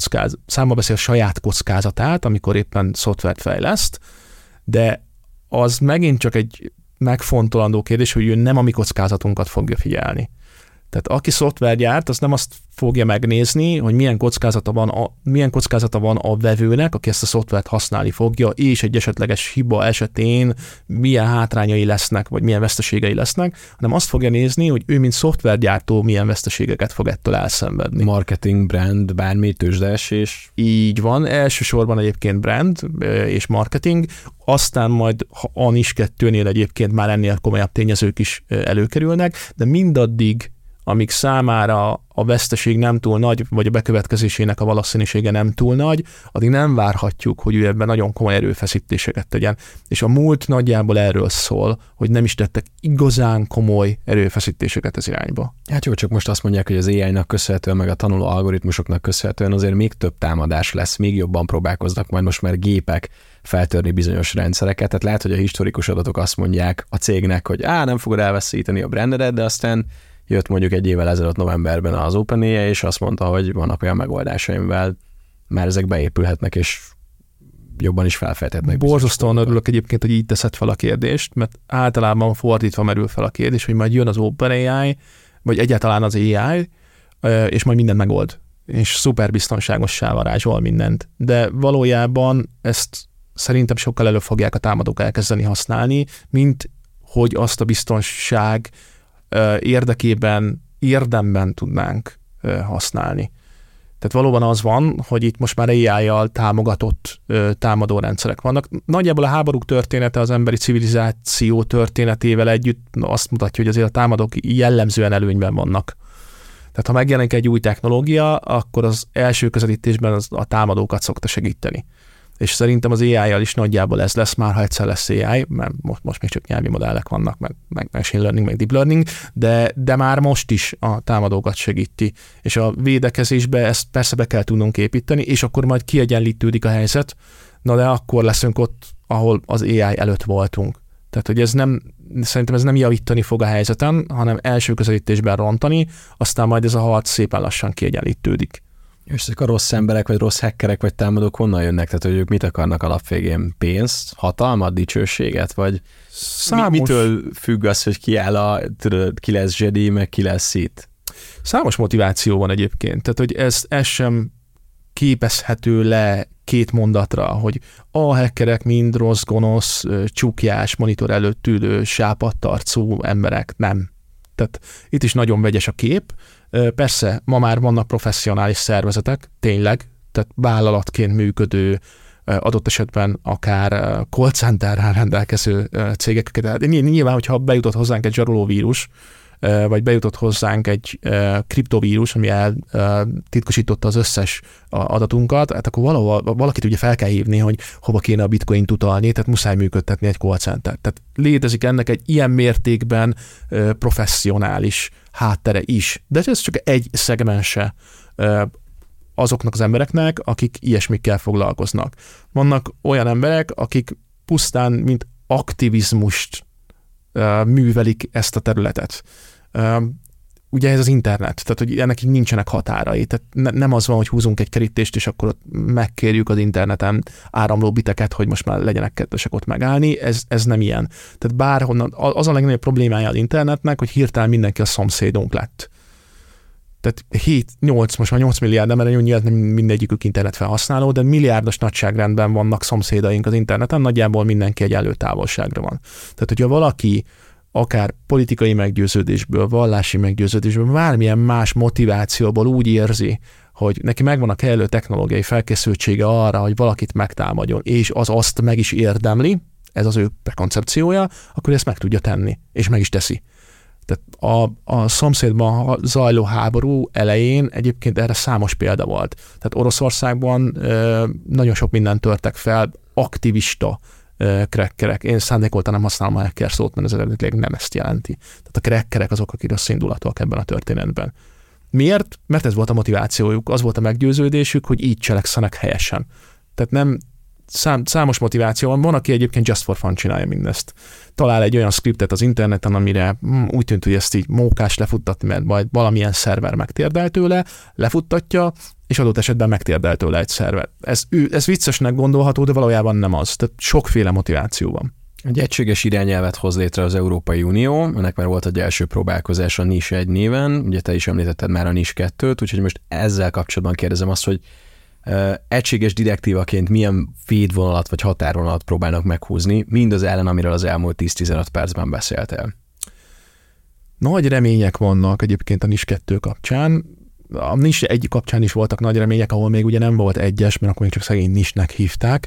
a saját kockázatát, amikor éppen szoftvert fejleszt, de az megint csak egy megfontolandó kérdés, hogy ő nem a mi kockázatunkat fogja figyelni. Tehát aki szoftver gyárt, az nem azt fogja megnézni, hogy milyen kockázata van a vevőnek, aki ezt a szoftvert használni fogja, és egy esetleges hiba esetén milyen hátrányai lesznek, vagy milyen veszteségei lesznek, hanem azt fogja nézni, hogy ő, mint szoftvergyártó, milyen veszteségeket fog ettől elszenvedni. Marketing, brand, bármi, tőzsdeesés. Így van, elsősorban egyébként brand és marketing, aztán majd a NIS 2-nél egyébként már ennél komolyabb tényezők is előkerülnek, de mindaddig, amíg számára a veszteség nem túl nagy, vagy a bekövetkezésének a valószínűsége nem túl nagy, addig nem várhatjuk, hogy ő ebben nagyon komoly erőfeszítéseket tegyen. És a múlt nagyjából erről szól, hogy nem is tettek igazán komoly erőfeszítéseket ez irányba. Hát jó, csak most azt mondják, hogy az AI-nak köszönhetően, meg a tanuló algoritmusoknak köszönhetően azért még több támadás lesz, még jobban próbálkoznak majd most már gépek feltörni bizonyos rendszereket. Tehát lehet, hogy a historikus adatok azt mondják a cégnek, hogy nem fogod elveszíteni a brandedet, de aztán jött mondjuk egy évvel ezelőtt novemberben az OpenAI, és azt mondta, hogy vannak olyan megoldásaimvel, már ezek beépülhetnek, és jobban is felfejthetnek. Borzasztóan örülök egyébként, hogy így teszed fel a kérdést, mert általában fordítva merül fel a kérdés, hogy majd jön az OpenAI, vagy egyáltalán az AI, és majd mindent megold, és szuper biztonságossá varázsol mindent. De valójában ezt szerintem sokkal előbb fogják a támadók elkezdeni használni, mint hogy azt a biztonság érdemben tudnánk használni. Tehát valóban az van, hogy itt most már AI-jal támogatott támadórendszerek vannak. Nagyjából a háborúk története az emberi civilizáció történetével együtt azt mutatja, hogy azért a támadók jellemzően előnyben vannak. Tehát ha megjelenik egy új technológia, akkor az első közelítésben a támadókat szokta segíteni. És szerintem az AI-jal is nagyjából ez lesz már, ha egyszer lesz AI, mert most még csak nyelvi modellek vannak, meg machine learning, meg deep learning, de már most is a támadókat segíti. És a védekezésbe ezt persze be kell tudnunk építeni, és akkor majd kiegyenlítődik a helyzet, na de akkor leszünk ott, ahol az AI előtt voltunk. Tehát, hogy szerintem ez nem javítani fog a helyzeten, hanem első közelítésben rontani, aztán majd ez a harc szépen lassan kiegyenlítődik. És ezek a rossz emberek, vagy rossz hackerek, vagy támadók honnan jönnek? Tehát, hogy ők mit akarnak alapvégén? Pénzt, hatalmat, dicsőséget? Vagy mitől függ az, hogy ki lesz Jedi, meg ki lesz itt? Számos motiváció van egyébként. Tehát, hogy ez sem képezhető le két mondatra, hogy a hackerek mind rossz, gonosz, csukjás, monitor előtt ülő, sápadtarcú emberek. Nem. Tehát itt is nagyon vegyes a kép. Persze, ma már vannak professzionális szervezetek, tényleg, tehát vállalatként működő, adott esetben akár call centerrel rendelkező cégek. Tehát nyilván, hogyha bejutott hozzánk egy zsarolóvírus, vagy bejutott hozzánk egy kriptovírus, ami titkosította az összes adatunkat, hát akkor valakit ugye fel kell hívni, hogy hova kéne a bitcoint utalni, tehát muszáj működtetni egy call center. Tehát létezik ennek egy ilyen mértékben professzionális háttere is. De ez csak egy szegmense azoknak az embereknek, akik ilyesmikkel foglalkoznak. Vannak olyan emberek, akik pusztán, mint aktivizmust művelik ezt a területet. Ugye ez az internet, tehát hogy ennek nincsenek határai, tehát nem az van, hogy húzunk egy kerítést, és akkor ott megkérjük az interneten áramló biteket, hogy most már legyenek kedvesek ott megállni, ez nem ilyen. Tehát bárhonnan, az a legnagyobb problémája az internetnek, hogy hirtelen mindenki a szomszédunk lett. Tehát 8, most már 8 milliárd ember, nyilván nem mindegyikük internet felhasználó, de milliárdos nagyságrendben vannak szomszédaink az interneten, nagyjából mindenki egy távolságra van. Tehát, hogyha valaki akár politikai meggyőződésből, vallási meggyőződésből, bármilyen más motivációból úgy érzi, hogy neki megvan a kellő technológiai felkészültsége arra, hogy valakit megtámadjon, és az azt meg is érdemli, ez az ő prekoncepciója, akkor ezt meg tudja tenni, és meg is teszi. Tehát a szomszédban zajló háború elején egyébként erre számos példa volt. Tehát Oroszországban nagyon sok mindent törtek fel, aktivista crackerek. Én szándékoltan nem használom a hacker szót, mert ez eredetileg nem ezt jelenti. Tehát a crackerek azok, akik rossz indulatúak ebben a történetben. Miért? Mert ez volt a motivációjuk, az volt a meggyőződésük, hogy így cselekszenek helyesen. Tehát nem számos motiváció van, aki egyébként just for fun csinálja mindezt. Talál egy olyan scriptet az interneten, amire úgy tűnt, hogy ezt így mókás lefuttatni, mert majd valamilyen szerver megtérdel tőle, lefuttatja, és adott esetben megtérdel tőle egy szerver. Ez viccesnek gondolható, de valójában nem az. Tehát sokféle motiváció van. Egy egységes irányelvet hoz létre az Európai Unió, ennek már volt egy első próbálkozás a NIS 1 néven, ugye te is említetted már a NIS 2-t, úgyhogy most ezzel kapcsolatban kérdezem azt, hogy egységes direktívaként milyen védvonalat vagy határvonalat próbálnak meghúzni, mindaz ellen, amiről az elmúlt 10-15 percben beszéltél. Nagy remények vannak egyébként a NIS 2 kapcsán. A NIS 1 kapcsán is voltak nagy remények, ahol még ugye nem volt egyes, mert akkor még csak szegény NIS-nek hívták.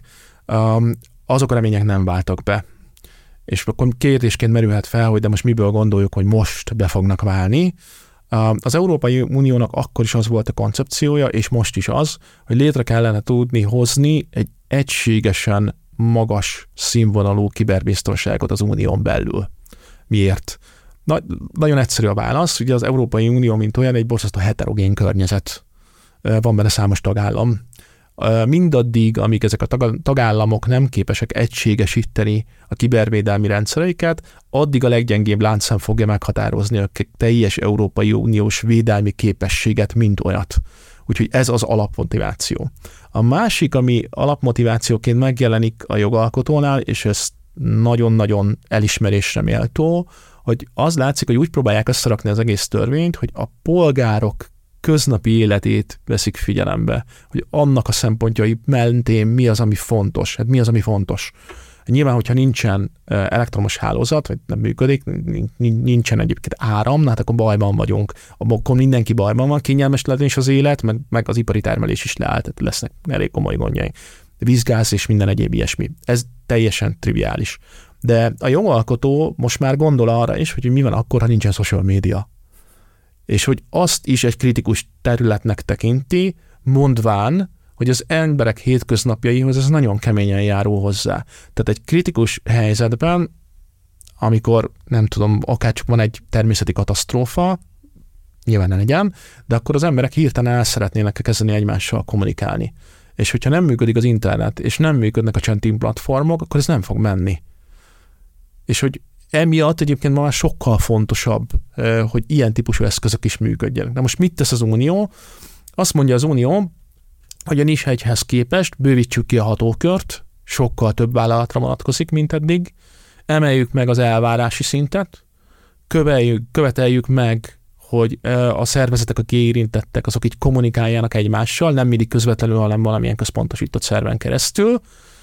Azok a remények nem váltak be. És akkor kérdésként merülhet fel, hogy de most miből gondoljuk, hogy most be fognak válni. Az Európai Uniónak akkor is az volt a koncepciója, és most is az, hogy létre kellene tudni hozni egy egységesen magas színvonalú kiberbiztonságot az unión belül. Miért? Nagyon egyszerű a válasz, ugye az Európai Unió, mint olyan, egy borzasztó heterogén környezet. Van benne számos tagállam. Mindaddig, amíg ezek a tagállamok nem képesek egységesíteni a kibervédelmi rendszereiket, addig a leggyengébb láncszem fogja meghatározni a teljes Európai Uniós védelmi képességet, mint olyat. Úgyhogy ez az alapmotiváció. A másik, ami alapmotivációként megjelenik a jogalkotónál, és ez nagyon-nagyon elismerésre méltó, hogy az látszik, hogy úgy próbálják összerakni az egész törvényt, hogy a polgárok köznapi életét veszik figyelembe, hogy annak a szempontjai mentén mi az, ami fontos. Hát mi az, ami fontos? Nyilván, hogyha nincsen elektromos hálózat, vagy nem működik, nincsen egyébként áram, hát akkor bajban vagyunk. Akkor mindenki bajban van, kényelmes legyen is az élet, meg az ipari termelés is leáll, tehát lesznek elég komoly gondjai. Vízgáz és minden egyéb ilyesmi. Ez teljesen triviális. De a jogalkotó most már gondol arra is, hogy mi van akkor, ha nincsen social media. És hogy azt is egy kritikus területnek tekinti, mondván, hogy az emberek hétköznapjaihoz ez nagyon keményen járul hozzá. Tehát egy kritikus helyzetben, amikor, nem tudom, akár csak van egy természeti katasztrófa, nyilván ne legyen, de akkor az emberek hirtelen el szeretnének kezdeni egymással kommunikálni. És hogyha nem működik az internet, és nem működnek a chatting platformok, akkor ez nem fog menni. És hogy emiatt egyébként már sokkal fontosabb, hogy ilyen típusú eszközök is működjenek. De most mit tesz az Unió? Azt mondja az Unió, hogy a NIS 1-hez képest bővítsük ki a hatókört, sokkal több vállalatra vonatkozik, mint eddig, emeljük meg az elvárási szintet, követeljük meg, hogy a szervezetek, akik érintettek, azok így kommunikáljanak egymással, nem mindig közvetlenül, hanem valamilyen központosított szerven keresztül,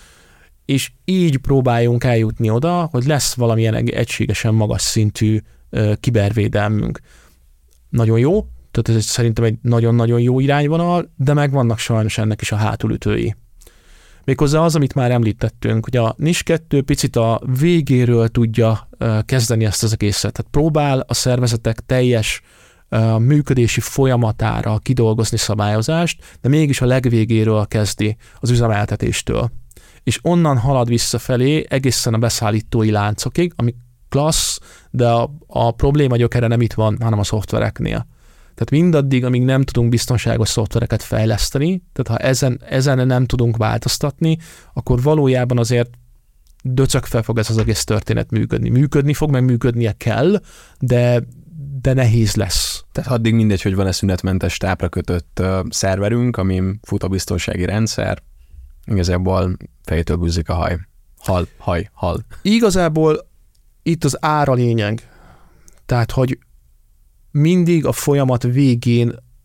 és így próbáljunk eljutni oda, hogy lesz valamilyen egységesen magas szintű kibervédelmünk. Nagyon jó, tehát ez szerintem egy nagyon-nagyon jó irányvonal, de megvannak sajnos ennek is a hátulütői. Méghozzá az, amit már említettünk, hogy a NIS 2 picit a végéről tudja kezdeni ezt az egészet. Tehát próbál a szervezetek teljes működési folyamatára kidolgozni szabályozást, de mégis a legvégéről kezdi az üzemeltetéstől. És onnan halad visszafelé egészen a beszállítói láncokig, ami klassz, de a probléma gyökere nem itt van, hanem a szoftvereknél. Tehát mindaddig, amíg nem tudunk biztonságos szoftvereket fejleszteni, tehát ha ezen nem tudunk változtatni, akkor valójában azért döcögve fog ez az egész történet működni. Működni fog, meg működnie kell, de nehéz lesz. Tehát addig mindegy, hogy van-e szünetmentes tápra kötött szerverünk, amin fut a biztonsági rendszer, igazából fejtől bűzik a haj. Hal. Igazából itt az ár a lényeg. Tehát, hogy mindig a folyamat végén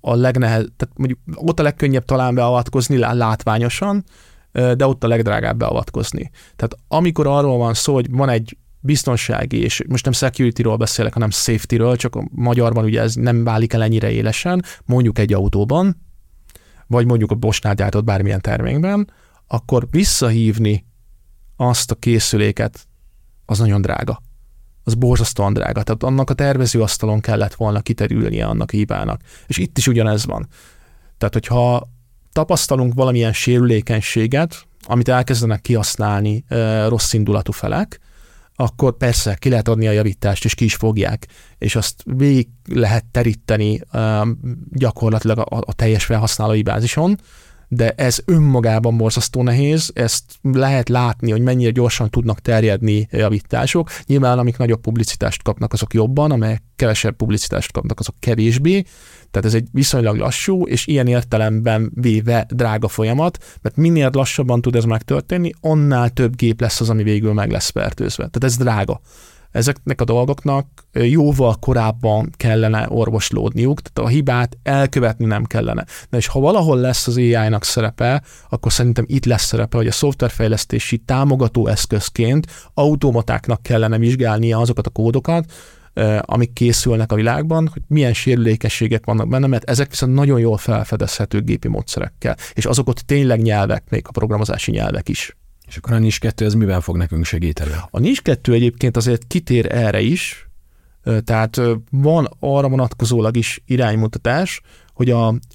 tehát mondjuk ott a legkönnyebb talán beavatkozni látványosan, de ott a legdrágább beavatkozni. Tehát amikor arról van szó, hogy van egy biztonsági, és most nem security-ról beszélek, hanem safety-ről, csak a magyarban ugye ez nem válik el ennyire élesen, mondjuk egy autóban, vagy mondjuk a Boschnál gyártott bármilyen termékben, akkor visszahívni azt a készüléket, az nagyon drága. Az borzasztóan drága. Tehát annak a tervezőasztalon kellett volna kiterülnie annak a hibának. És itt is ugyanez van. Tehát, hogyha tapasztalunk valamilyen sérülékenységet, amit elkezdenek kihasználni rossz indulatú felek, akkor persze ki lehet adni a javítást, és ki is fogják, és azt végig lehet teríteni gyakorlatilag a teljes felhasználói bázison, de ez önmagában borzasztó nehéz, ezt lehet látni, hogy mennyire gyorsan tudnak terjedni javítások. Nyilván, amik nagyobb publicitást kapnak, azok jobban, amelyek kevesebb publicitást kapnak, azok kevésbé. Tehát ez egy viszonylag lassú, és ilyen értelemben véve drága folyamat, mert minél lassabban tud ez megtörténni, annál több gép lesz az, ami végül meg lesz fertőzve. Tehát ez drága. Ezeknek a dolgoknak jóval korábban kellene orvoslódniuk, tehát a hibát elkövetni nem kellene. Na és ha valahol lesz az AI-nak szerepe, akkor szerintem itt lesz szerepe, hogy a szoftverfejlesztési támogató eszközként automatáknak kellene vizsgálnia azokat a kódokat, amik készülnek a világban, hogy milyen sérülékenységek vannak benne, mert ezek viszont nagyon jól felfedezhető gépi módszerekkel, és azok ott tényleg nyelvek, még a programozási nyelvek is. És akkor a NIS2 ez miben fog nekünk segíteni? A NIS2 egyébként azért kitér erre is, tehát van arra vonatkozólag is iránymutatás, hogy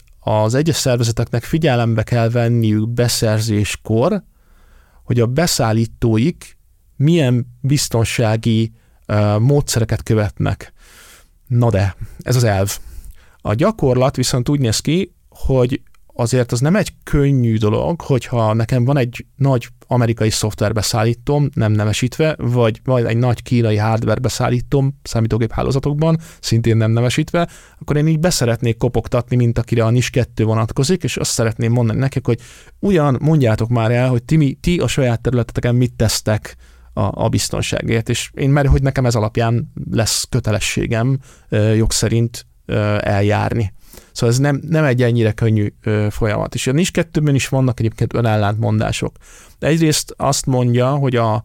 az egyes szervezeteknek figyelembe kell venniük beszerzéskor, hogy a beszállítóik milyen biztonsági módszereket követnek. Na de, ez az elv. A gyakorlat viszont úgy néz ki, hogy azért az nem egy könnyű dolog, hogyha nekem van egy nagy amerikai szoftverbeszállítóm, nem nevesítve, vagy egy nagy kínai hardwarebeszállítóm számítógép hálózatokban, szintén nem nevesítve, akkor én így beszeretnék kopogtatni, mint akire a NIS2 vonatkozik, és azt szeretném mondani nekik, hogy mondjátok már el, hogy ti a saját területeteken mit tesztek a biztonságért, és hogy nekem ez alapján lesz kötelességem jog szerint eljárni. Szóval ez nem egy ennyire könnyű folyamat. És a NIS2-ben is vannak egyébként önellentmondások. De egyrészt azt mondja, hogy a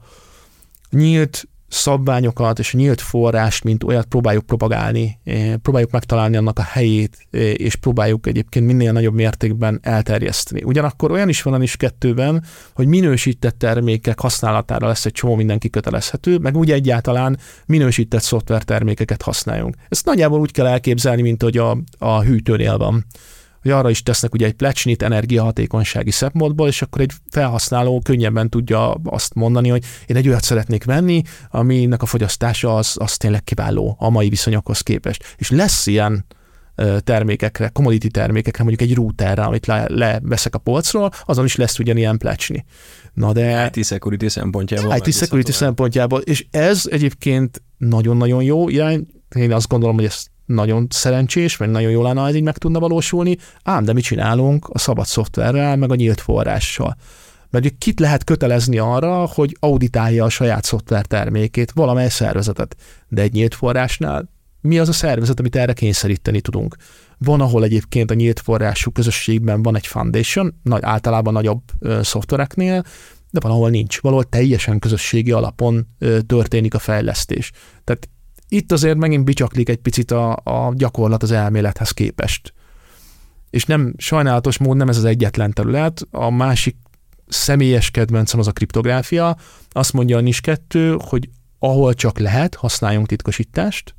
nyílt szabványokat és a nyílt forrást, mint olyat próbáljuk propagálni, próbáljuk megtalálni annak a helyét, és próbáljuk egyébként minél nagyobb mértékben elterjeszteni. Ugyanakkor olyan is van a NIS2-ben, hogy minősített termékek használatára lesz egy csomó mindenki kötelezhető, meg úgy egyáltalán minősített szoftvertermékeket használjunk. Ezt nagyjából úgy kell elképzelni, mint hogy a hűtőnél van. Hogy arra is tesznek ugye egy plecsnit energiahatékonysági szempontból, és akkor egy felhasználó könnyebben tudja azt mondani, hogy én egy olyat szeretnék venni, aminek a fogyasztása az tényleg kiváló a mai viszonyokhoz képest. És lesz ilyen termékekre, commodity termékekre, mondjuk egy routerre, amit leveszek a polcról, azon is lesz ugyanilyen plecsni. Na de... IT security szempontjából. IT security szempontjából, és ez egyébként nagyon-nagyon jó irány. Én azt gondolom, hogy ez nagyon szerencsés, vagy nagyon jól lenne, ha ez így meg tudna valósulni, ám de mit csinálunk a szabad szoftverrel, meg a nyílt forrással? Mert kit lehet kötelezni arra, hogy auditálja a saját szoftvertermékét, valamely szervezetet. De egy nyílt forrásnál mi az a szervezet, amit erre kényszeríteni tudunk? Van, ahol egyébként a nyílt forrású közösségben van egy foundation, általában nagyobb szoftvereknél, de van, ahol nincs. Valahol teljesen közösségi alapon történik a fejlesztés. Tehát itt azért megint bicsaklik egy picit a gyakorlat az elmélethez képest. És nem, sajnálatos módon nem ez az egyetlen terület, a másik személyes kedvencem az a kriptográfia. Azt mondja a NIS2, hogy ahol csak lehet, használjunk titkosítást,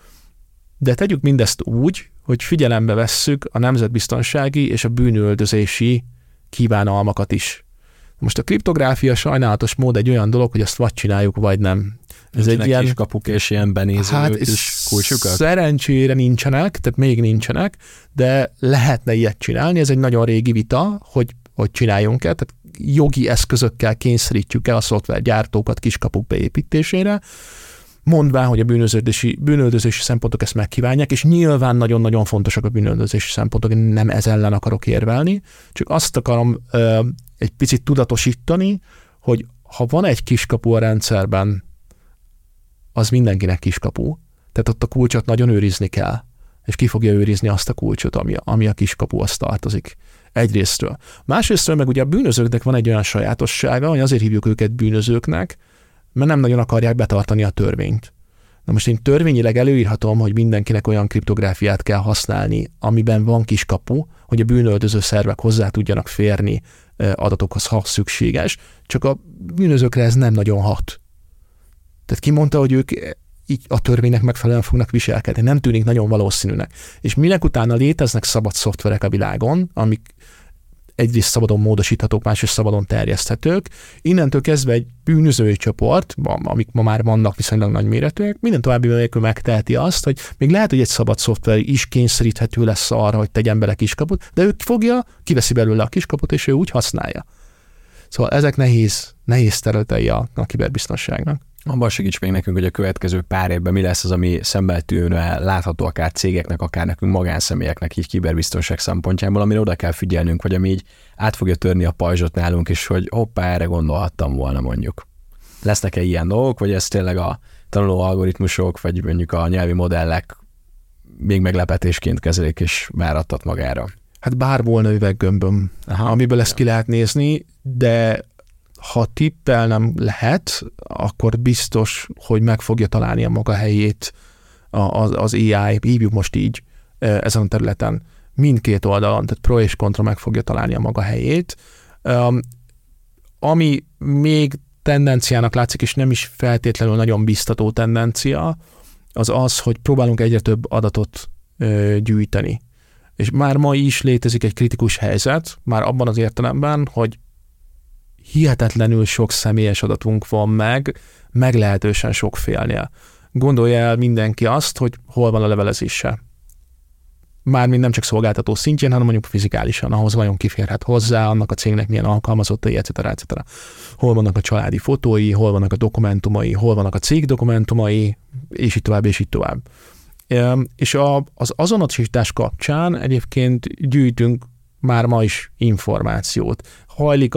de tegyük mindezt úgy, hogy figyelembe vesszük a nemzetbiztonsági és a bűnüldözési kívánalmakat is. Most a kriptográfia sajnálatos mód egy olyan dolog, hogy azt vagy csináljuk, vagy nem. Ez egy ilyen kiskapuk és ilyen benéző kis kulcsukat? Szerencsére nincsenek, tehát még nincsenek, de lehetne ilyet csinálni. Ez egy nagyon régi vita, hogy csináljunk-e, tehát jogi eszközökkel kényszerítjük el a szoftvergyártókat kiskapuk beépítésére, mondván, hogy a bűnöldözési szempontok ezt megkívánják, és nyilván nagyon-nagyon fontosak a bűnöldözési szempontok, én nem ez ellen akarok érvelni, csak azt akarom egy picit tudatosítani, hogy ha van egy kiskapu a rendszerben, az mindenkinek kiskapu, tehát ott a kulcsot nagyon őrizni kell. és ki fogja őrizni azt a kulcsot, ami a kiskapuhoz tartozik. Egyrésztről. Másrésztről meg ugye a bűnözőknek van egy olyan sajátossága, hogy azért hívjuk őket bűnözőknek, mert nem nagyon akarják betartani a törvényt. Na most én törvényileg előírhatom, hogy mindenkinek olyan kriptográfiát kell használni, amiben van kiskapu, hogy a bűnöldöző szervek hozzá tudjanak férni adatokhoz, ha szükséges, csak a bűnözőkre ez nem nagyon hat. Tehát ki mondta, hogy ők így a törvénynek megfelelően fognak viselkedni. Nem tűnik nagyon valószínűnek. És minek utána léteznek szabad szoftverek a világon, amik egyrészt szabadon módosíthatók, másrészt szabadon terjeszthetők. Innentől kezdve egy bűnözői csoport, amik ma már vannak viszonylag nagy méretűek, minden további nélkül megteheti azt, hogy még lehet, hogy egy szabad szoftver is kényszeríthető lesz arra, hogy tegyen bele kiskaput, de ő fogja, kiveszi belőle a kiskaput, és ő úgy használja. Szóval ezek nehéz területei a kiberbiztonságnak. Abban segíts még nekünk, hogy a következő pár évben mi lesz az, ami szembeltűnően látható akár cégeknek, akár nekünk magánszemélyeknek így kiberbiztonság szempontjából, amire oda kell figyelnünk, vagy ami így át fogja törni a pajzsot nálunk is, hogy hoppá, erre gondolhattam volna mondjuk. Lesznek-e ilyen dolgok, vagy ez tényleg a tanuló algoritmusok, vagy mondjuk a nyelvi modellek még meglepetésként kezelik és várattat magára? Hát bár volna üveggömböm, amiből ezt ki lehet nézni, de ha tippelnem lehet, akkor biztos, hogy meg fogja találni a maga helyét az AI, hívjuk most így ezen a területen, mindkét oldalon, tehát pro és kontra meg fogja találni a maga helyét. Ami még tendenciának látszik, és nem is feltétlenül nagyon biztató tendencia, az az, hogy próbálunk egyre több adatot gyűjteni. És már ma is létezik egy kritikus helyzet, már abban az értelemben, hogy hihetetlenül sok személyes adatunk van meglehetősen sokfélnél. Gondolja el mindenki azt, hogy hol van a levelezése. Mármint nem csak szolgáltató szintjén, hanem mondjuk fizikálisan, ahhoz vajon kiférhet hozzá, annak a cégnek milyen alkalmazottai, etc. Hol vannak a családi fotói, hol vannak a dokumentumai, hol vannak a cég dokumentumai, és így tovább, és így tovább. És az azonosítás kapcsán egyébként gyűjtünk már ma is információt. Hajlik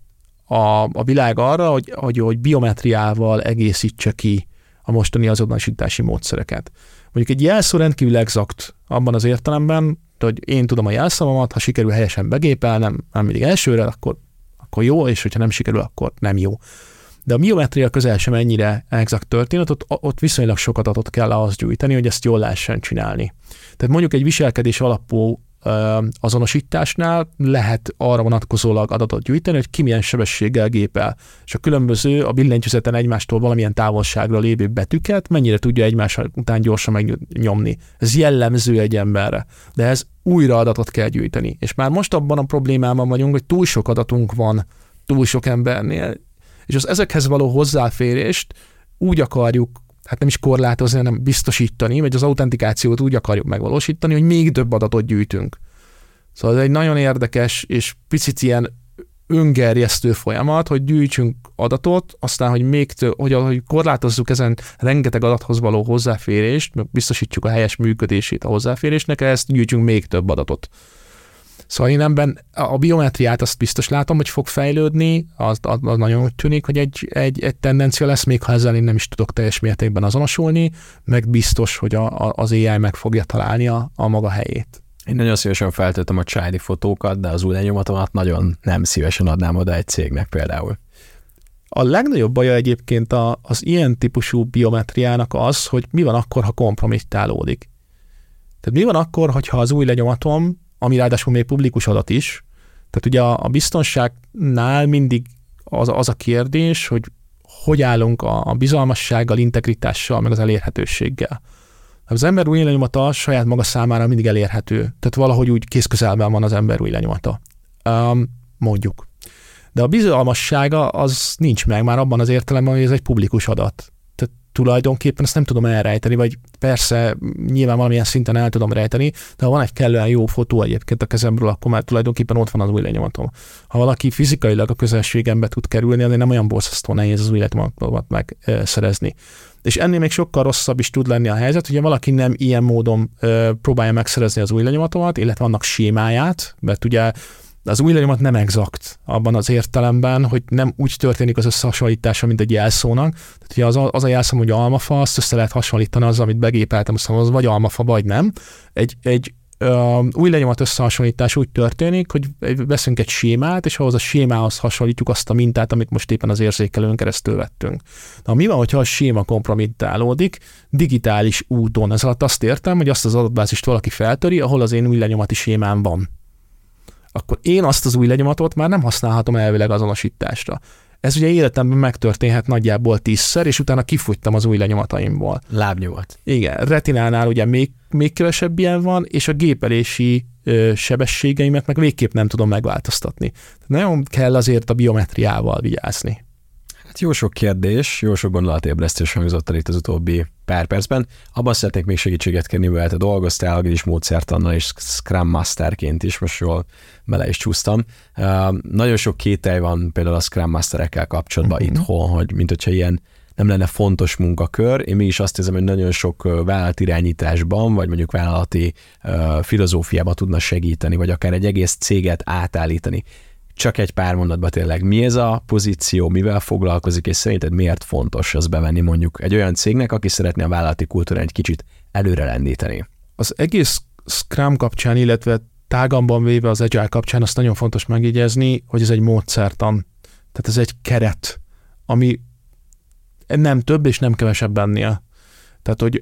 a világ arra, hogy biometriával egészítse ki a mostani azonosítási módszereket. Mondjuk egy jelszó rendkívül exakt abban az értelemben, hogy én tudom a jelszavamat, ha sikerül helyesen begépelnem, nem mindig elsőre, akkor jó, és hogyha nem sikerül, akkor nem jó. De a biometria közel sem ennyire exakt történet, ott viszonylag sok adatot kell ahhoz gyűjteni, hogy ezt jól lehessen csinálni. Tehát mondjuk egy viselkedés alapú azonosításnál lehet arra vonatkozólag adatot gyűjteni, hogy ki milyen sebességgel gépel, és a különböző a billentyűzeten egymástól valamilyen távolságra lévő betűket mennyire tudja egymás után gyorsan megnyomni. Ez jellemző egy emberre, de ez újra adatot kell gyűjteni. És már most abban a problémában vagyunk, hogy túl sok adatunk van túl sok embernél, és az ezekhez való hozzáférést úgy akarjuk, hát nem is korlátozni, hanem biztosítani, vagy az autentikációt úgy akarjuk megvalósítani, hogy még több adatot gyűjtünk. Szóval ez egy nagyon érdekes és picit ilyen öngerjesztő folyamat, hogy gyűjtsünk adatot, aztán, hogy még több, hogy korlátozzuk ezen rengeteg adathoz való hozzáférést, biztosítjuk a helyes működését a hozzáférésnek, ezt gyűjtsünk még több adatot. Szóval én ebben a biometriát azt biztos látom, hogy fog fejlődni, az nagyon úgy tűnik, hogy egy tendencia lesz, még ha ezzel én nem is tudok teljes mértékben azonosulni, meg biztos, hogy az AI meg fogja találni a maga helyét. Én nagyon szívesen feltöltöm a családi fotókat, de az új lenyomatomat nagyon nem szívesen adnám oda egy cégnek például. A legnagyobb baja egyébként az ilyen típusú biometriának az, hogy mi van akkor, ha kompromittálódik. Tehát mi van akkor, hogyha az új lenyomatom, ami ráadásul még publikus adat is, tehát ugye a biztonságnál mindig az a kérdés, hogy állunk a bizalmassággal, integritással, meg az elérhetőséggel. Az ember új lenyomata saját maga számára mindig elérhető, tehát valahogy úgy kézközelben van az ember új lenyomata. Mondjuk. De a bizalmassága az nincs meg már abban az értelemben, hogy ez egy publikus adat. Tehát tulajdonképpen ezt nem tudom elrejteni, vagy persze nyilván valamilyen szinten el tudom rejteni, de ha van egy kellően jó fotó egyébként a kezemről, akkor már tulajdonképpen ott van az új lenyomatom. Ha valaki fizikailag a közelségembe tud kerülni, azért nem olyan borzasztó nehéz az új lenyomatot megszerezni. És ennél még sokkal rosszabb is tud lenni a helyzet, hogyha valaki nem ilyen módon próbálja megszerezni az új lenyomatomat, illetve annak sémáját, mert ugye De az új lenyomat nem exakt abban az értelemben, hogy nem úgy történik az összehasonlítása, mint egy jelszónak. Tehát ugye az a jelszó, hogy almafa, azt össze lehet hasonlítani azzal, amit begépeltem, az vagy almafa, vagy nem. Egy új lenyomat összehasonlítás úgy történik, hogy veszünk egy sémát, és ahhoz a sémához hasonlítjuk azt a mintát, amit most éppen az érzékelőn keresztül vettünk. Na, mi van, hogyha a séma kompromittálódik digitális úton? Ez alatt azt értem, hogy azt az adatbázist valaki feltöri, ahol az én új lenyomati sémám van. Akkor én azt az új lenyomatot már nem használhatom elvileg azonosításra. Ez ugye életemben megtörténhet nagyjából 10-szer, és utána kifogytam az új lenyomataimból. Lábnyomat. Igen, retinánál ugye még kevesebb ilyen van, és a gépelési sebességeimet meg végképp nem tudom megváltoztatni. Nagyon kell azért a biometriával vigyázni. Hát jó sok kérdés, jó sok gondolatébresztés hangzott el itt az utóbbi pár percben. Abban szeretnék még segítséget kérni, mivel te dolgoztál agilis módszertannal és Scrum Masterként is, most jól bele is csúsztam. Nagyon sok kételj van például a Scrum Masterekkel kapcsolatban itthon, hogy mint hogyha ilyen nem lenne fontos munkakör. Én mégis azt érzem, hogy nagyon sok vállalatirányításban, vagy mondjuk vállalati filozófiában tudna segíteni, vagy akár egy egész céget átállítani. Csak egy pár mondatban tényleg, mi ez a pozíció, mivel foglalkozik, és szerinted miért fontos az bevenni mondjuk egy olyan cégnek, aki szeretné a vállalati kultúrát egy kicsit előre lendíteni? Az egész Scrum kapcsán, illetve tágamban véve az Agile kapcsán azt nagyon fontos megjegyezni, hogy ez egy módszertan. Tehát ez egy keret, ami nem több és nem kevesebb ennél. Tehát, hogy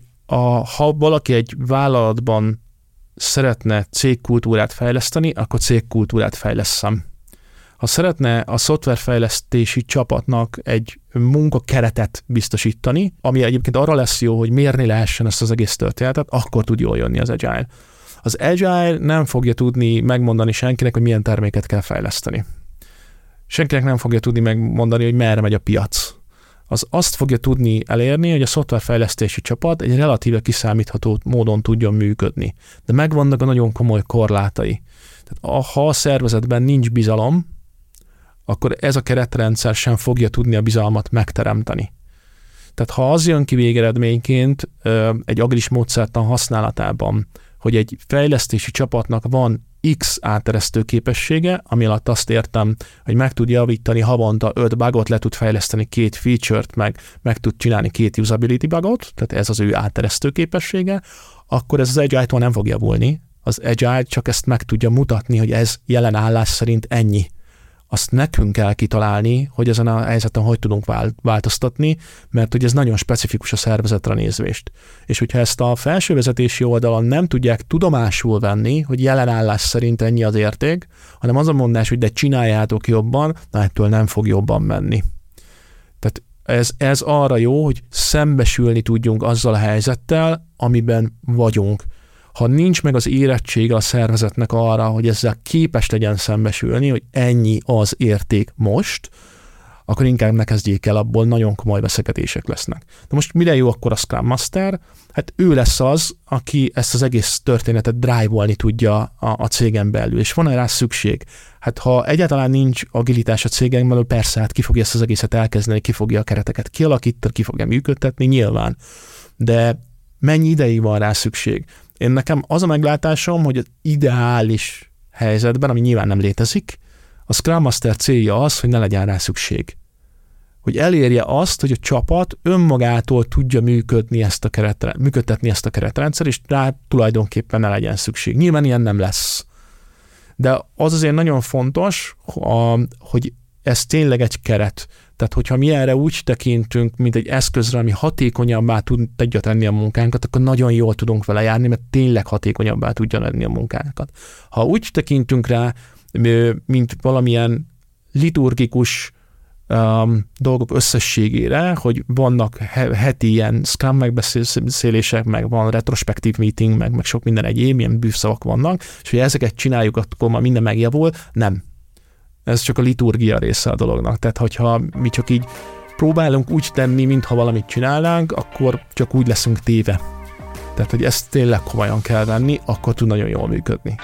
ha valaki egy vállalatban szeretne cégkultúrát fejleszteni, akkor cégkultúrát fejleszem. Ha szeretne a szoftverfejlesztési csapatnak egy munkakeretet biztosítani, ami egyébként arra lesz jó, hogy mérni lehessen ezt az egész történetet, akkor tud jól jönni az Agile. Az Agile nem fogja tudni megmondani senkinek, hogy milyen terméket kell fejleszteni. Senkinek nem fogja tudni megmondani, hogy merre megy a piac. Az azt fogja tudni elérni, hogy a szoftverfejlesztési csapat egy relatíve kiszámítható módon tudjon működni. De megvannak a nagyon komoly korlátai. Tehát ha a szervezetben nincs bizalom, akkor ez a keretrendszer sem fogja tudni a bizalmat megteremteni. Tehát ha az jön ki végeredményként egy agilis módszertan használatában, hogy egy fejlesztési csapatnak van X áteresztő képessége, ami alatt azt értem, hogy meg tud javítani havonta 5 bugot, le tud fejleszteni 2 feature-t, meg tud csinálni 2 usability bugot, tehát ez az ő áteresztő képessége, akkor ez az Agile-tól nem fog javulni. Az Agile csak ezt meg tudja mutatni, hogy ez jelen állás szerint ennyi. Azt nekünk kell kitalálni, hogy ezen a helyzeten hogy tudunk változtatni, mert hogy ez nagyon specifikus a szervezetre nézvést. És hogyha ezt a felsővezetési oldalon nem tudják tudomásul venni, hogy jelen állás szerint ennyi az érték, hanem az a mondás, hogy de csináljátok jobban, na ettől nem fog jobban menni. Tehát ez arra jó, hogy szembesülni tudjunk azzal a helyzettel, amiben vagyunk. Ha nincs meg az érettsége a szervezetnek arra, hogy ezzel képes legyen szembesülni, hogy ennyi az érték most, akkor inkább ne kezdjék el, abból nagyon komoly veszekedések lesznek. De most mire jó akkor a Scrum Master? Hát ő lesz az, aki ezt az egész történetet drive-olni tudja a cégen belül, és van-e rá szükség? Hát ha egyáltalán nincs agilitás a cégen belül, persze, hát ki fogja ezt az egészet elkezdeni, ki fogja a kereteket kialakítani, ki fogja működtetni, nyilván. De mennyi ideig van rá szükség? Én nekem az a meglátásom, hogy az ideális helyzetben, ami nyilván nem létezik, a Scrum Master célja az, hogy ne legyen rá szükség. Hogy elérje azt, hogy a csapat önmagától tudja működtetni ezt a keretrendszer, és rá tulajdonképpen ne legyen szükség. Nyilván ilyen nem lesz. De az azért nagyon fontos, hogy ez tényleg egy keret. Tehát, hogyha mi erre úgy tekintünk, mint egy eszközre, ami hatékonyabbá tudja tenni a munkánkat, akkor nagyon jól tudunk vele járni, mert tényleg hatékonyabbá tudja tenni a munkánkat. Ha úgy tekintünk rá, mint valamilyen liturgikus dolgok összességére, hogy vannak heti ilyen Scrum megbeszélések, meg van retrospektív meeting, meg sok minden egyéb, ilyen bűvszavak vannak, és hogy ezeket csináljuk, akkor már minden megjavul, nem. Ez csak a liturgia része a dolognak. Tehát, hogyha mi csak így próbálunk úgy tenni, mintha valamit csinálnánk, akkor csak úgy leszünk téve. Tehát, hogy ezt tényleg komolyan kell venni, akkor tud nagyon jól működni.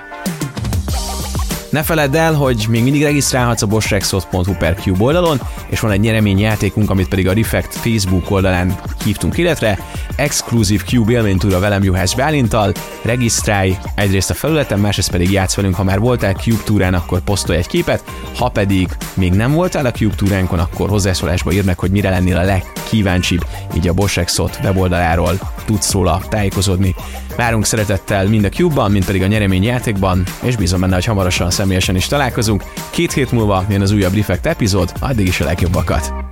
Ne feledd el, hogy még mindig regisztrálhatsz a bossrexos.hu/cube oldalon, és van egy nyereményjátékunk, amit pedig a Refekt Facebook oldalán hívtunk életre. exkluzív Cube élménytúra velem Juhász Bálintal. Regisztrálj egyrészt a felületen, másrészt pedig játsz velünk, ha már voltál Cube túrán, akkor posztolj egy képet, ha pedig még nem voltál a Cube túránkon, akkor hozzászólásba írd meg, hogy mire lennél a legkíváncsibb, így a Bossexot weboldaláról tudsz róla tájékozódni. Várunk szeretettel mind a Cube-ban, mind pedig a nyereményjátékban, és bízom benne, hogy hamarosan személyesen is találkozunk. 2 hét múlva jön az újabb Defekt epizód, addig is a legjobbakat!